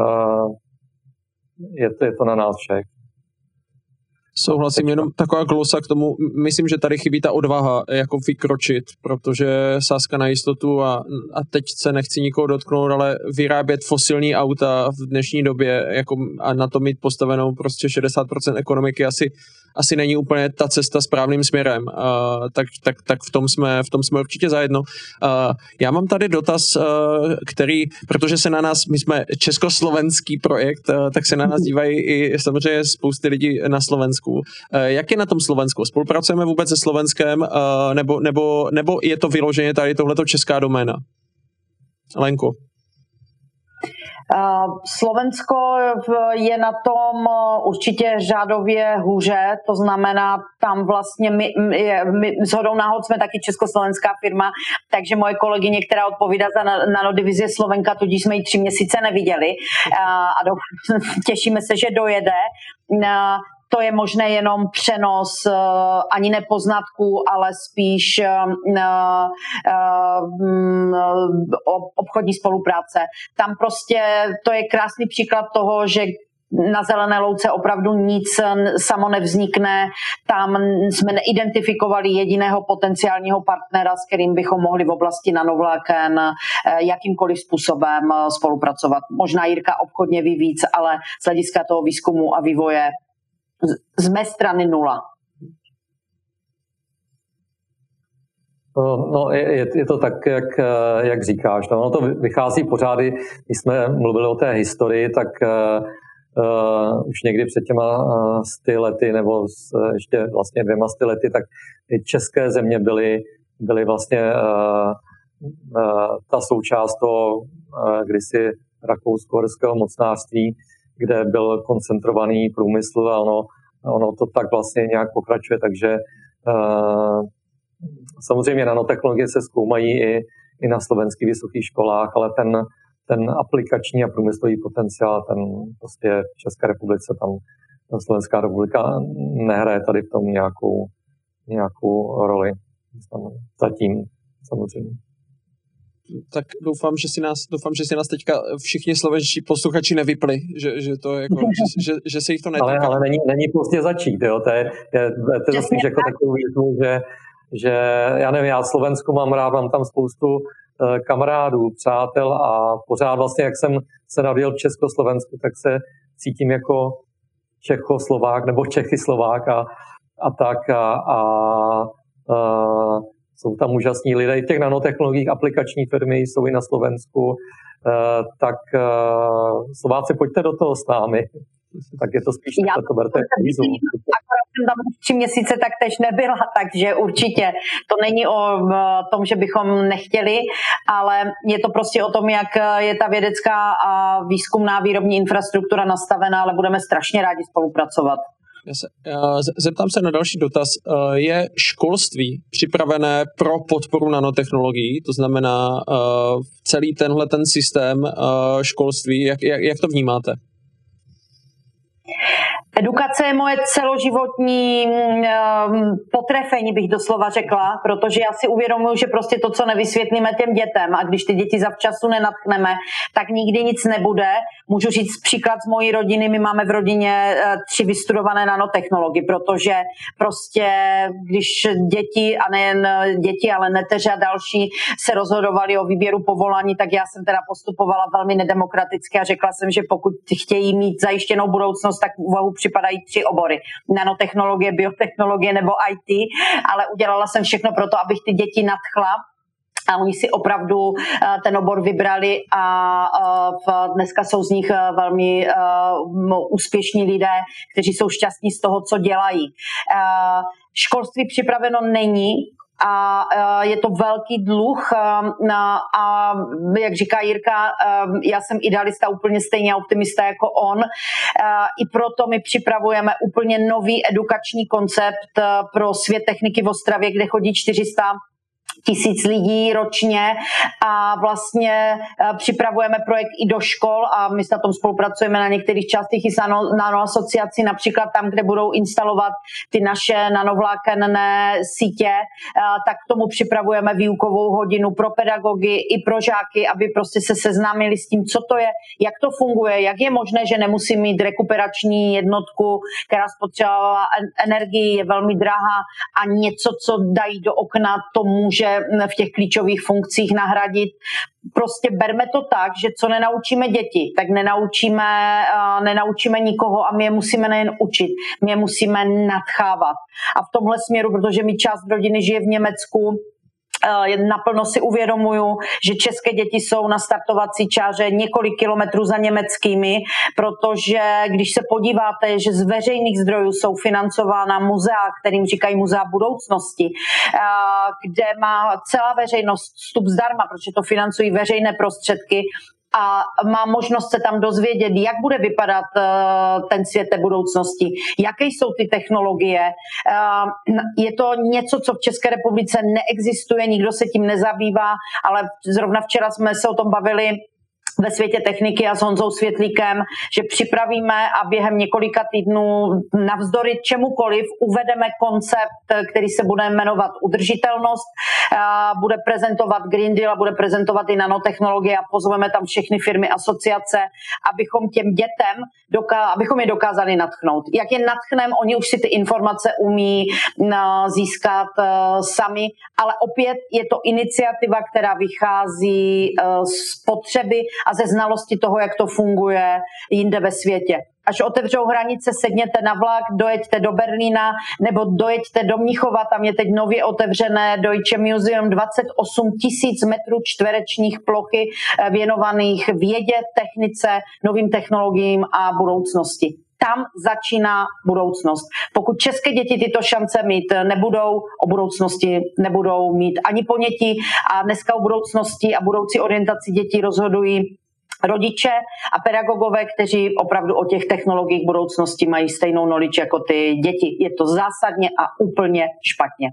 je to na nás všech. Souhlasím, jenom taková glosa k tomu. Myslím, že tady chybí ta odvaha jako vykročit, protože sázka na jistotu a teď se nechci nikoho dotknout, ale vyrábět fosilní auta v dnešní době jako, a na to mít postavenou prostě 60% ekonomiky asi není úplně ta cesta správným směrem. Tak v tom jsme určitě zajedno. Já mám tady dotaz, který, protože se na nás, my jsme československý projekt, tak se na nás dívají i samozřejmě spousty lidí na Slovensku. Jak je na tom Slovensku? Spolupracujeme vůbec se Slovenskem, nebo je to vyloženě tady tohleto česká doména? Lenko. Slovensko je na tom určitě řádově hůře, to znamená, tam vlastně my shodou náhod jsme taky československá firma, takže moje kolegyně, která odpovídá za nanodivizi Slovenka, tudíž jsme ji 3 měsíce neviděli a těšíme se, že dojede. To je možné jenom přenos ani ne poznatků, ale spíš obchodní spolupráce. Tam prostě to je krásný příklad toho, že na zelené louce opravdu nic samo nevznikne. Tam jsme neidentifikovali jediného potenciálního partnera, s kterým bychom mohli v oblasti nanovláken jakýmkoliv způsobem spolupracovat. Možná Jirka obchodně ví víc, ale z hlediska toho výzkumu a vývoje z mé strany 0. No, je to tak, jak říkáš. No, to vychází pořád, když jsme mluvili o té historii, tak už někdy před těma 100 lety, nebo ještě vlastně 200 lety, tak i české země byly vlastně ta součást toho kdysi rakousko-horského mocnářství, kde byl koncentrovaný průmysl a ono to tak vlastně nějak pokračuje, takže samozřejmě nanotechnologie se zkoumají i na slovenských vysokých školách, ale ten aplikační a průmyslový potenciál, ten prostě v České republice, tam Slovenská republika nehraje tady v tom nějakou roli. Zatím samozřejmě. Tak doufám, že si nás teďka všichni slovenští posluchači nevypli, že to jako, že se jich to netýká. Ale není pozdě začít, jo, to je zase jako takový výzvu, že já nevím, já Slovensku mám rád, mám tam spoustu kamarádů, přátel a pořád vlastně, jak jsem se narodil v Československu, tak se cítím jako Čechoslovák nebo Čechy-Slovák a tak jsou tam úžasní lidé. I v těch nanotechnologiích aplikační firmy jsou i na Slovensku. Tak Slováci, pojďte do toho s námi. Tak je to spíš to berte výzvu. Akorát jsem tam 3 měsíce tak tež nebyla, takže určitě to není o tom, že bychom nechtěli, ale je to prostě o tom, jak je ta vědecká a výzkumná výrobní infrastruktura nastavená, ale budeme strašně rádi spolupracovat. Zeptám se na další dotaz. Je školství připravené pro podporu nanotechnologií? To znamená celý ten systém školství, jak to vnímáte? Edukace je moje celoživotní potrefení, bych doslova řekla, protože já si uvědomuji, že prostě to, co nevysvětlíme těm dětem a když ty děti zavčasu nenadchneme, tak nikdy nic nebude. Můžu říct příklad z mojí rodiny, my máme v rodině 3 vystudované nanotechnology, protože prostě když děti, a nejen děti, ale neteře a další se rozhodovali o výběru povolání, tak já jsem teda postupovala velmi nedemokraticky a řekla jsem, že pokud chtějí mít zajištěnou budoucnost, tak v úvahu připadají 3 obory. Nanotechnologie, biotechnologie nebo IT, ale udělala jsem všechno pro to, abych ty děti nadchla. A oni si opravdu ten obor vybrali a dneska jsou z nich velmi úspěšní lidé, kteří jsou šťastní z toho, co dělají. Školství připraveno není, a je to velký dluh a jak říká Jirka, já jsem idealista úplně stejně optimista jako on. I proto my připravujeme úplně nový edukační koncept pro svět techniky v Ostravě, kde chodí 400 tisíc lidí ročně a vlastně připravujeme projekt i do škol a my na tom spolupracujeme na některých částech i s nanoasociací, například tam, kde budou instalovat ty naše nanovlákenné sítě, tak k tomu připravujeme výukovou hodinu pro pedagogy i pro žáky, aby prostě se seznámili s tím, co to je, jak to funguje, jak je možné, že nemusí mít rekuperační jednotku, která spotřebovává energii, je velmi drahá a něco, co dají do okna, to může v těch klíčových funkcích nahradit. Prostě berme to tak, že co nenaučíme děti, tak nenaučíme nikoho a my je musíme nejen učit, my je musíme nadchávat. A v tomhle směru, protože mi část rodiny žije v Německu, naplno si uvědomuju, že české děti jsou na startovací čáře několik kilometrů za německými, protože když se podíváte, že z veřejných zdrojů jsou financována muzea, kterým říkají muzea budoucnosti, kde má celá veřejnost vstup zdarma, protože to financují veřejné prostředky, a má možnost se tam dozvědět, jak bude vypadat ten svět té budoucnosti, jaké jsou ty technologie. Je to něco, co v České republice neexistuje, nikdo se tím nezabývá, ale zrovna včera jsme se o tom bavili ve Světě techniky a s Honzou Světlíkem, že připravíme a během několika týdnů navzdory čemukoliv uvedeme koncept, který se bude jmenovat udržitelnost, bude prezentovat Green Deal a bude prezentovat i nanotechnologie a pozveme tam všechny firmy, asociace, abychom těm dětem abychom je dokázali nadchnout. Jak je nadchnem, oni už si ty informace umí získat sami, ale opět je to iniciativa, která vychází z potřeby a ze znalosti toho, jak to funguje jinde ve světě. Až otevřou hranice, sedněte na vlak, dojeďte do Berlína nebo dojeďte do Mnichova, tam je teď nově otevřené Deutsche Museum, 28 000 metrů čtverečních plochy věnovaných vědě, technice, novým technologiím a budoucnosti. Tam začíná budoucnost. Pokud české děti tyto šance mít nebudou, o budoucnosti nebudou mít ani ponětí a dneska o budoucnosti a budoucí orientaci dětí rozhodují rodiče a pedagogové, kteří opravdu o těch technologiích budoucnosti mají stejnou knowledge jako ty děti. Je to zásadně a úplně špatně.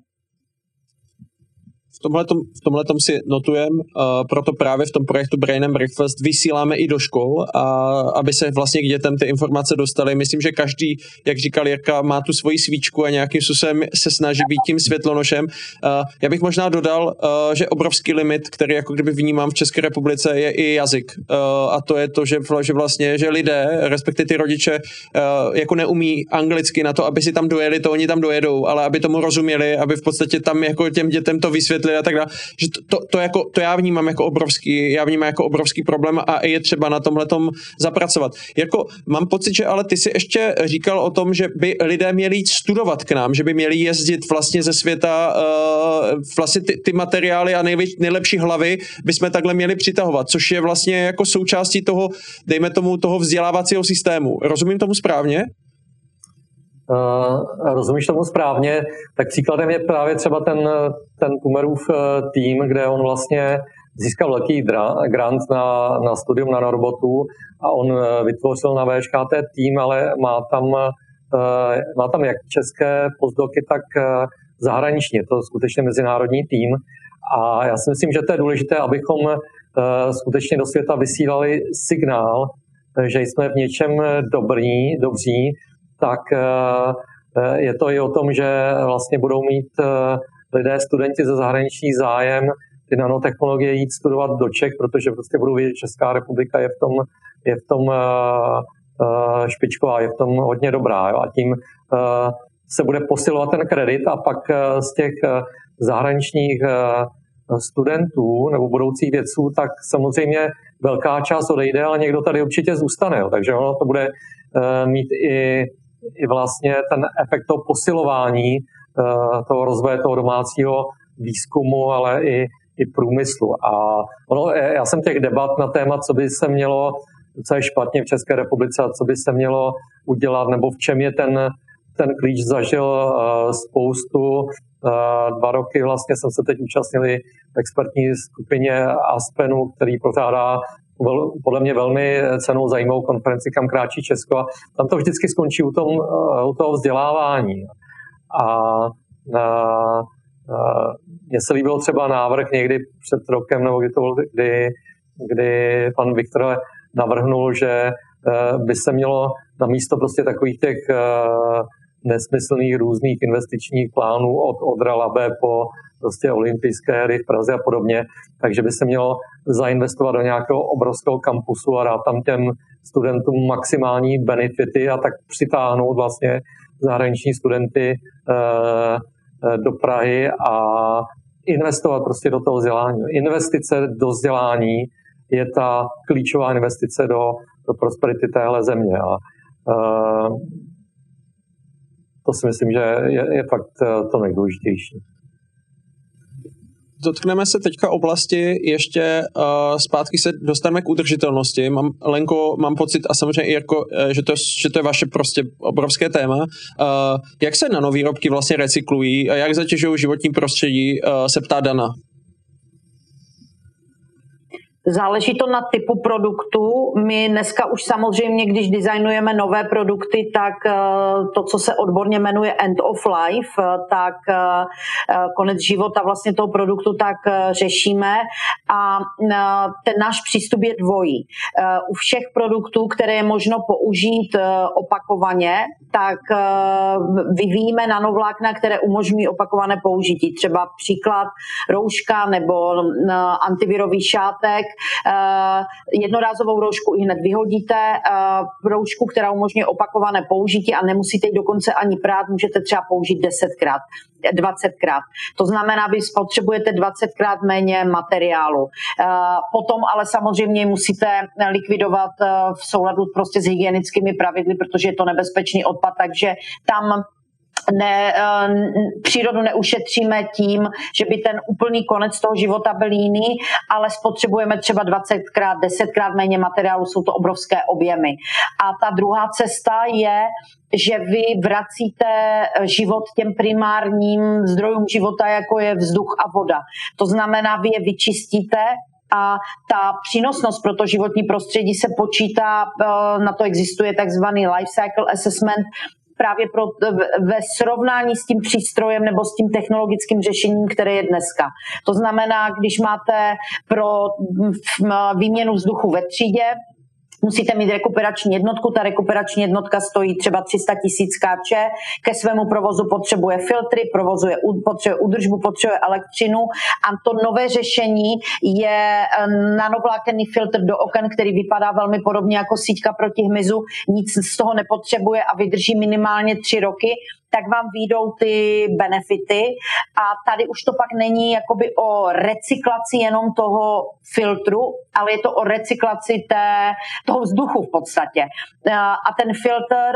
V tomhletom si notujem, proto právě v tom projektu Brain and Breakfast vysíláme i do škol, aby se vlastně k dětem ty informace dostaly. Myslím, že každý, jak říkal Jirka, má tu svoji svíčku a nějakým způsobem se snaží být tím světlonošem. Já bych možná dodal, že obrovský limit, který jako kdyby vnímám v České republice, je i jazyk. A to je to, že vlastně, že lidé, respektive ty rodiče, jako neumí anglicky na to, aby si tam dojeli, to oni tam dojedou, ale aby tomu rozuměli, aby v podstatě tam jako těm dětem to vysvětlili a tak dále, že to já vnímám jako obrovský problém a je třeba na tomhletom zapracovat. Jako mám pocit, že ale ty si ještě říkal o tom, že by lidé měli jít studovat k nám, že by měli jezdit vlastně ze světa vlastně ty materiály a nejlepší hlavy bychom takhle měli přitahovat, což je vlastně jako součástí toho, dejme tomu, toho vzdělávacího systému. Rozumím tomu správně? Rozumíš tomu správně, tak příkladem je právě třeba ten Pumerův tým, kde on vlastně získal velký grant na studium nanorobotů a on vytvořil na VŠKT tým, ale má tam jak české postdoky, tak zahraniční. Je to skutečně mezinárodní tým a já si myslím, že to je důležité, abychom skutečně do světa vysílali signál, že jsme v něčem dobří, tak je to i o tom, že vlastně budou mít lidé, studenti ze zahraničí zájem ty nanotechnologie jít studovat do Čech, protože prostě budou vědět, že Česká republika je v tom špičková, je v tom hodně dobrá. Jo? A tím se bude posilovat ten kredit a pak z těch zahraničních studentů nebo budoucích vědců, tak samozřejmě velká část odejde, ale někdo tady určitě zůstane. Jo? Takže ono to bude mít i vlastně ten efekt toho posilování toho rozvoje toho domácího výzkumu, ale i průmyslu. A já jsem těch debat na téma, co by se mělo, co je špatně v České republice a co by se mělo udělat, nebo v čem je ten klíč, zažil spoustu. 2 roky vlastně jsem se teď účastnil v expertní skupině Aspenu, který pořádá podle mě velmi cennou zajímavou konferenci, kam kráčí Česko. A tam to vždycky skončí u toho vzdělávání. A Mně se líbil třeba návrh někdy před rokem, nebo kdy pan Viktor navrhnul, že by se mělo na místo prostě takových těch nesmyslných různých investičních plánů od Ralabe po prostě olympijské hry v Praze a podobně, takže by se mělo zainvestovat do nějakého obrovského kampusu a dát tam těm studentům maximální benefity a tak přitáhnout vlastně zahraniční studenty do Prahy a investovat prostě do toho vzdělání. Investice do vzdělání je ta klíčová investice do prosperity téhle země. A to si myslím, že je fakt to nejdůležitější. Dotkneme se teďka oblasti ještě zpátky se dostaneme k udržitelnosti. Lenko, mám pocit a samozřejmě i Jirko, že to je vaše prostě obrovské téma. Jak se nanovýrobky vlastně recyklují a jak zatěžují životní prostředí, se ptá Dana. Záleží to na typu produktu. My dneska už samozřejmě, když designujeme nové produkty, tak to, co se odborně jmenuje end of life, tak konec života vlastně toho produktu, tak řešíme. A ten náš přístup je dvojí. U všech produktů, které je možno použít opakovaně, tak vyvíjíme nanovlákna, které umožňují opakované použití. Třeba příklad rouška nebo antivirový šátek. Jednorázovou roušku i hned vyhodíte, roušku, která umožňuje opakované použití a nemusíte ji dokonce ani prát, můžete třeba použít 10krát, 20krát. To znamená, vy spotřebujete 20krát méně materiálu. Potom ale samozřejmě musíte likvidovat v souladu prostě s hygienickými pravidly, protože je to nebezpečný odpad, takže tam přírodu neušetříme tím, že by ten úplný konec toho života byl jiný, ale spotřebujeme třeba 20krát, 10krát méně materiálu, jsou to obrovské objemy. A ta druhá cesta je, že vy vracíte život těm primárním zdrojům života, jako je vzduch a voda. To znamená, vy je vyčistíte a ta přínosnost pro to životní prostředí se počítá, na to existuje takzvaný life cycle assessment, právě ve srovnání s tím přístrojem nebo s tím technologickým řešením, které je dneska. To znamená, když máte pro výměnu vzduchu ve třídě, musíte mít rekuperační jednotku, ta rekuperační jednotka stojí třeba 300 000 Kč, ke svému provozu potřebuje filtry, potřebuje údržbu, potřebuje elektřinu a to nové řešení je nanovlákenný filtr do oken, který vypadá velmi podobně jako síťka proti hmyzu, nic z toho nepotřebuje a vydrží minimálně 3 roky, tak vám vyjdou ty benefity a tady už to pak není jakoby o recyklaci jenom toho filtru, ale je to o recyklaci toho vzduchu v podstatě. A ten filtr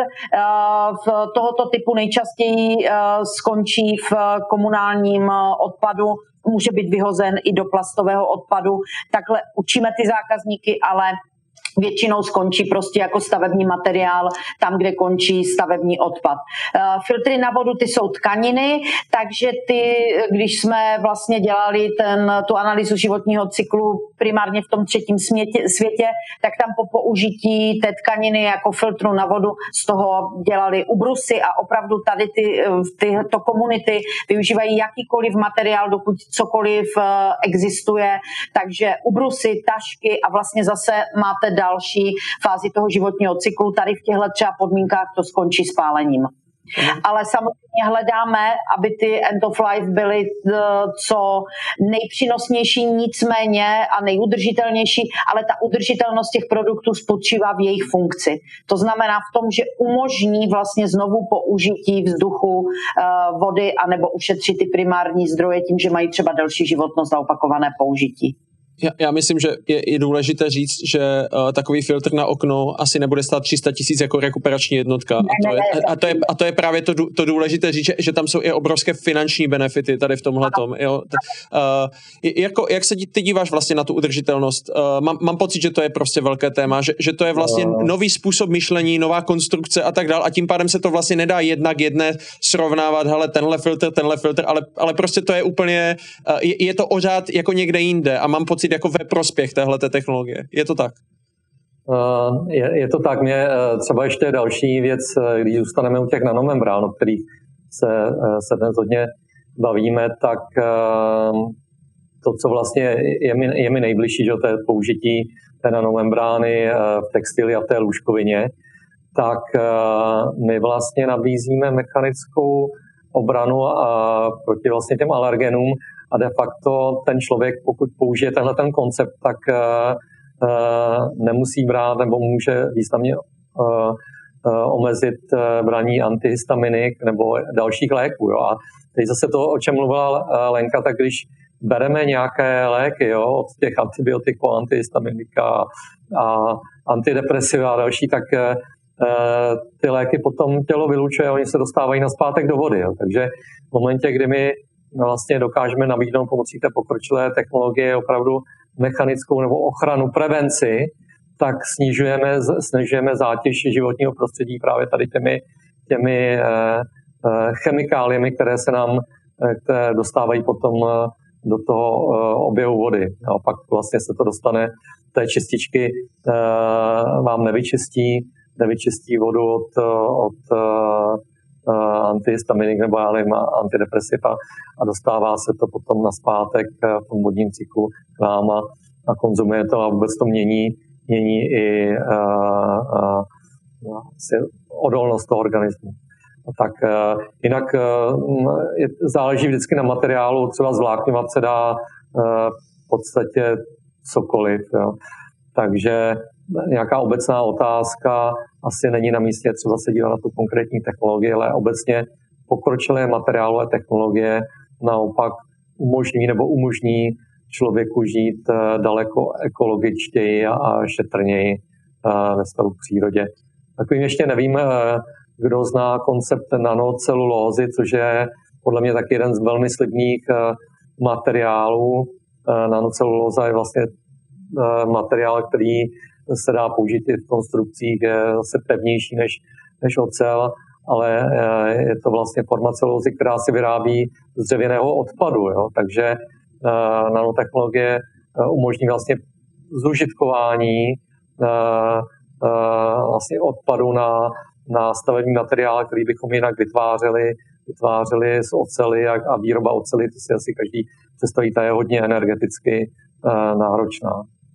v tohoto typu nejčastěji skončí v komunálním odpadu, může být vyhozen i do plastového odpadu. Takhle učíme ty zákazníky, ale většinou skončí prostě jako stavební materiál tam, kde končí stavební odpad. Filtry na vodu, ty jsou tkaniny, takže když jsme vlastně dělali tu analýzu životního cyklu primárně v tom 3. světě, tak tam po použití té tkaniny jako filtru na vodu z toho dělali ubrusy a opravdu tady tyto komunity využívají jakýkoliv materiál, dokud cokoliv existuje, takže ubrusy, tašky a vlastně zase máte další fázi toho životního cyklu. Tady v těchto třeba podmínkách to skončí spálením. Ale samozřejmě hledáme, aby ty end of life byly co nejpřínosnější, nicméně a nejudržitelnější, ale ta udržitelnost těch produktů spočívá v jejich funkci. To znamená v tom, že umožní vlastně znovu použití vzduchu, vody, anebo ušetřit ty primární zdroje tím, že mají třeba delší životnost a opakované použití. Já myslím, že je důležité říct, že takový filtr na okno asi nebude stát 300 000 jako rekuperační jednotka. A to je právě to důležité říct, že tam jsou i obrovské finanční benefity tady v tomhletom. Jak se ty díváš vlastně na tu udržitelnost? Mám pocit, že to je prostě velké téma, že to je vlastně nový způsob myšlení, nová konstrukce a tak dál a tím pádem se to vlastně nedá jednak jedné srovnávat, hele, tenhle filtr, ale prostě to je úplně, je to ořád jako někde jinde a mám pocit jako ve prospěch téhleté technologie. Je to tak? Je to tak. Mě třeba ještě další věc, když zůstaneme u těch nanomembrán, o kterých se dnes hodně bavíme, tak to, co vlastně je mi nejbližší, že to je použití té nanomembrány v textili a v té lůžkovině, tak my vlastně nabízíme mechanickou obranu proti vlastně těm alergenům a de facto ten člověk, pokud použije tenhle ten koncept, tak nemusí brát nebo může významně omezit braní antihistaminik nebo dalších léků. Jo. A teď zase to, o čem mluvila Lenka, tak když bereme nějaké léky, jo, od těch antibiotiků, antihistaminika a antidepresiva a další, tak ty léky potom tělo vylučuje a oni se dostávají nazpátek do vody. Jo. Takže v momentě, kdy my vlastně dokážeme nabídnout pomocí té pokročilé technologie opravdu mechanickou nebo ochranu, prevenci, tak snižujeme zátěž životního prostředí právě tady těmi chemikáliemi, které se nám dostávají potom do toho oběhu vody. A pak vlastně se to dostane, té čističky vám nevyčistí vodu od antihistaminik nebo antidepresiv a dostává se to potom nazpátek v tom vodním cyklu k nám a konzumuje to a vůbec to mění i odolnost toho organismu. Tak jinak záleží vždycky na materiálu, třeba zvlákňovat se dá v podstatě cokoliv. Jo. Takže nějaká obecná otázka asi není na místě třeba se dívat na tu konkrétní technologii, ale obecně pokročilé materiálové technologie naopak umožní člověku žít daleko ekologičtěji a šetrněji ve stavu v přírodě. Takovým ještě nevím, kdo zná koncept nanocelulózy, což je podle mě taky jeden z velmi slibných materiálů. Nanocelulóza je vlastně materiál, který se dá použít i v konstrukcích, je zase pevnější než ocel, ale je to vlastně forma celulózy, která se vyrábí z dřevěného odpadu. Jo? Takže nanotechnologie umožní vlastně zužitkování vlastně odpadu na stavební materiál, který bychom jinak vytvářeli z oceli a výroba oceli, to si asi každý představí, ta je hodně energeticky náročná.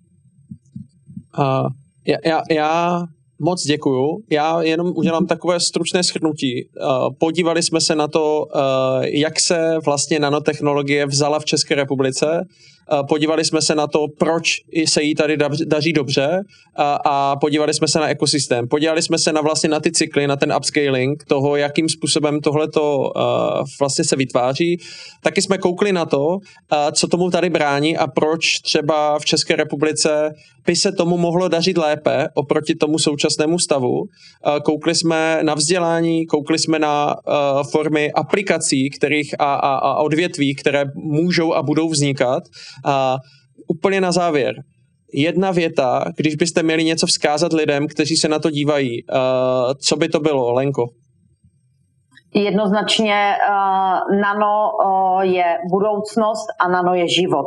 Já moc děkuju. Já jenom udělám takové stručné shrnutí. Podívali jsme se na to, jak se vlastně nanotechnologie vzala v České republice. Podívali jsme se na to, proč se jí tady daří dobře a podívali jsme se na ekosystém. Podívali jsme se na ty cykly, na ten upscaling, toho, jakým způsobem tohleto vlastně se vytváří. Taky jsme koukli na to, co tomu tady brání a proč třeba v České republice by se tomu mohlo dařit lépe oproti tomu současnému stavu. Koukli jsme na vzdělání, koukli jsme na formy aplikací, a odvětví, které můžou a budou vznikat. A úplně na závěr, jedna věta, když byste měli něco vzkázat lidem, kteří se na to dívají, co by to bylo, Lenko? Jednoznačně nano je budoucnost a nano je život.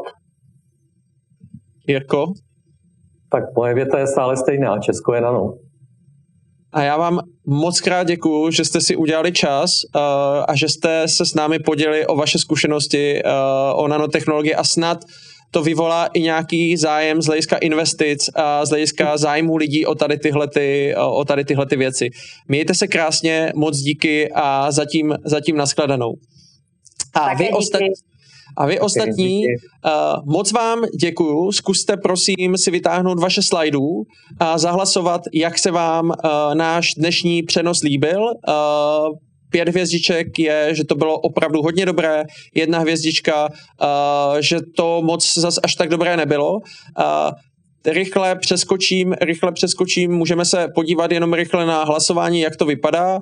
Jirko? Tak moje věta je stále stejná, Česko je nano. A já vám moc krát děkuju, že jste si udělali čas a že jste se s námi podělili o vaše zkušenosti o nanotechnologii a snad to vyvolá i nějaký zájem z hlediska investic a z hlediska zájmu lidí o tady tyhle věci. Mějte se krásně, moc díky a zatím nashledanou. A vy ostatní, moc vám děkuju. Zkuste prosím si vytáhnout vaše slajdů a zahlasovat, jak se vám náš dnešní přenos líbil. 5 hvězdiček je, že to bylo opravdu hodně dobré, 1 hvězdička, že to moc zas až tak dobré nebylo. Rychle přeskočím, můžeme se podívat jenom rychle na hlasování, jak to vypadá.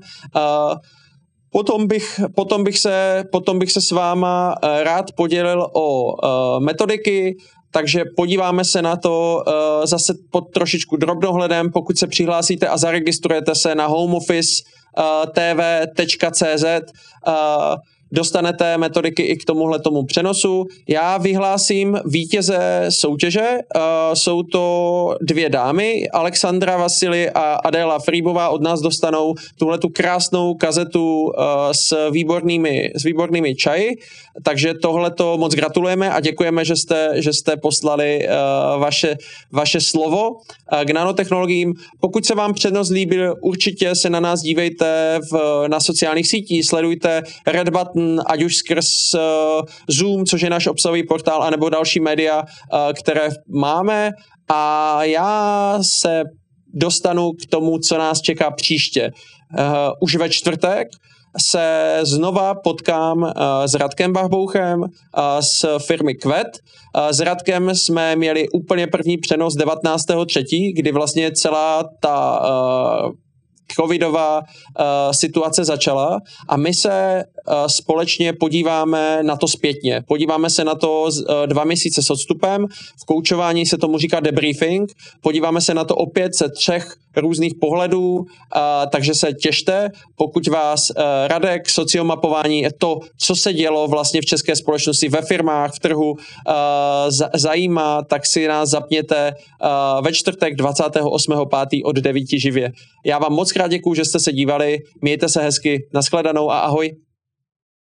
Potom bych se s váma rád podělil o metodiky, takže podíváme se na to zase pod trošičku drobnohledem, pokud se přihlásíte a zaregistrujete se na homeoffice.tv.cz. dostanete metodiky i k tomuhletomu přenosu. Já vyhlásím vítěze soutěže. Jsou to 2 dámy, Alexandra Vasily a Adéla Frýbová od nás dostanou tuhletu krásnou kazetu s výbornými čaji, takže tohleto moc gratulujeme a děkujeme, že jste poslali vaše slovo k nanotechnologiím. Pokud se vám přenos líbil, určitě se na nás dívejte na sociálních sítích, sledujte Red Button, ať už skrz Zoom, což je náš obsahový portál, anebo další média, které máme. A já se dostanu k tomu, co nás čeká příště. Už ve čtvrtek se znova potkám s Radkem Bachbouchem z firmy Kvet. S Radkem jsme měli úplně první přenos 19.3., kdy vlastně celá ta covidová situace začala a my se společně podíváme na to zpětně. Podíváme se na to 2 měsíce s odstupem, v koučování se tomu říká debriefing, podíváme se na to opět ze 3 různých pohledů, takže se těšte, pokud vás Radek, sociomapování, to, co se dělo vlastně v české společnosti, ve firmách, v trhu, zajímá, tak si nás zapněte ve čtvrtek 28.5. od 9 živě. Já vám moc krát děkuju, že jste se dívali, mějte se hezky, nashledanou a ahoj.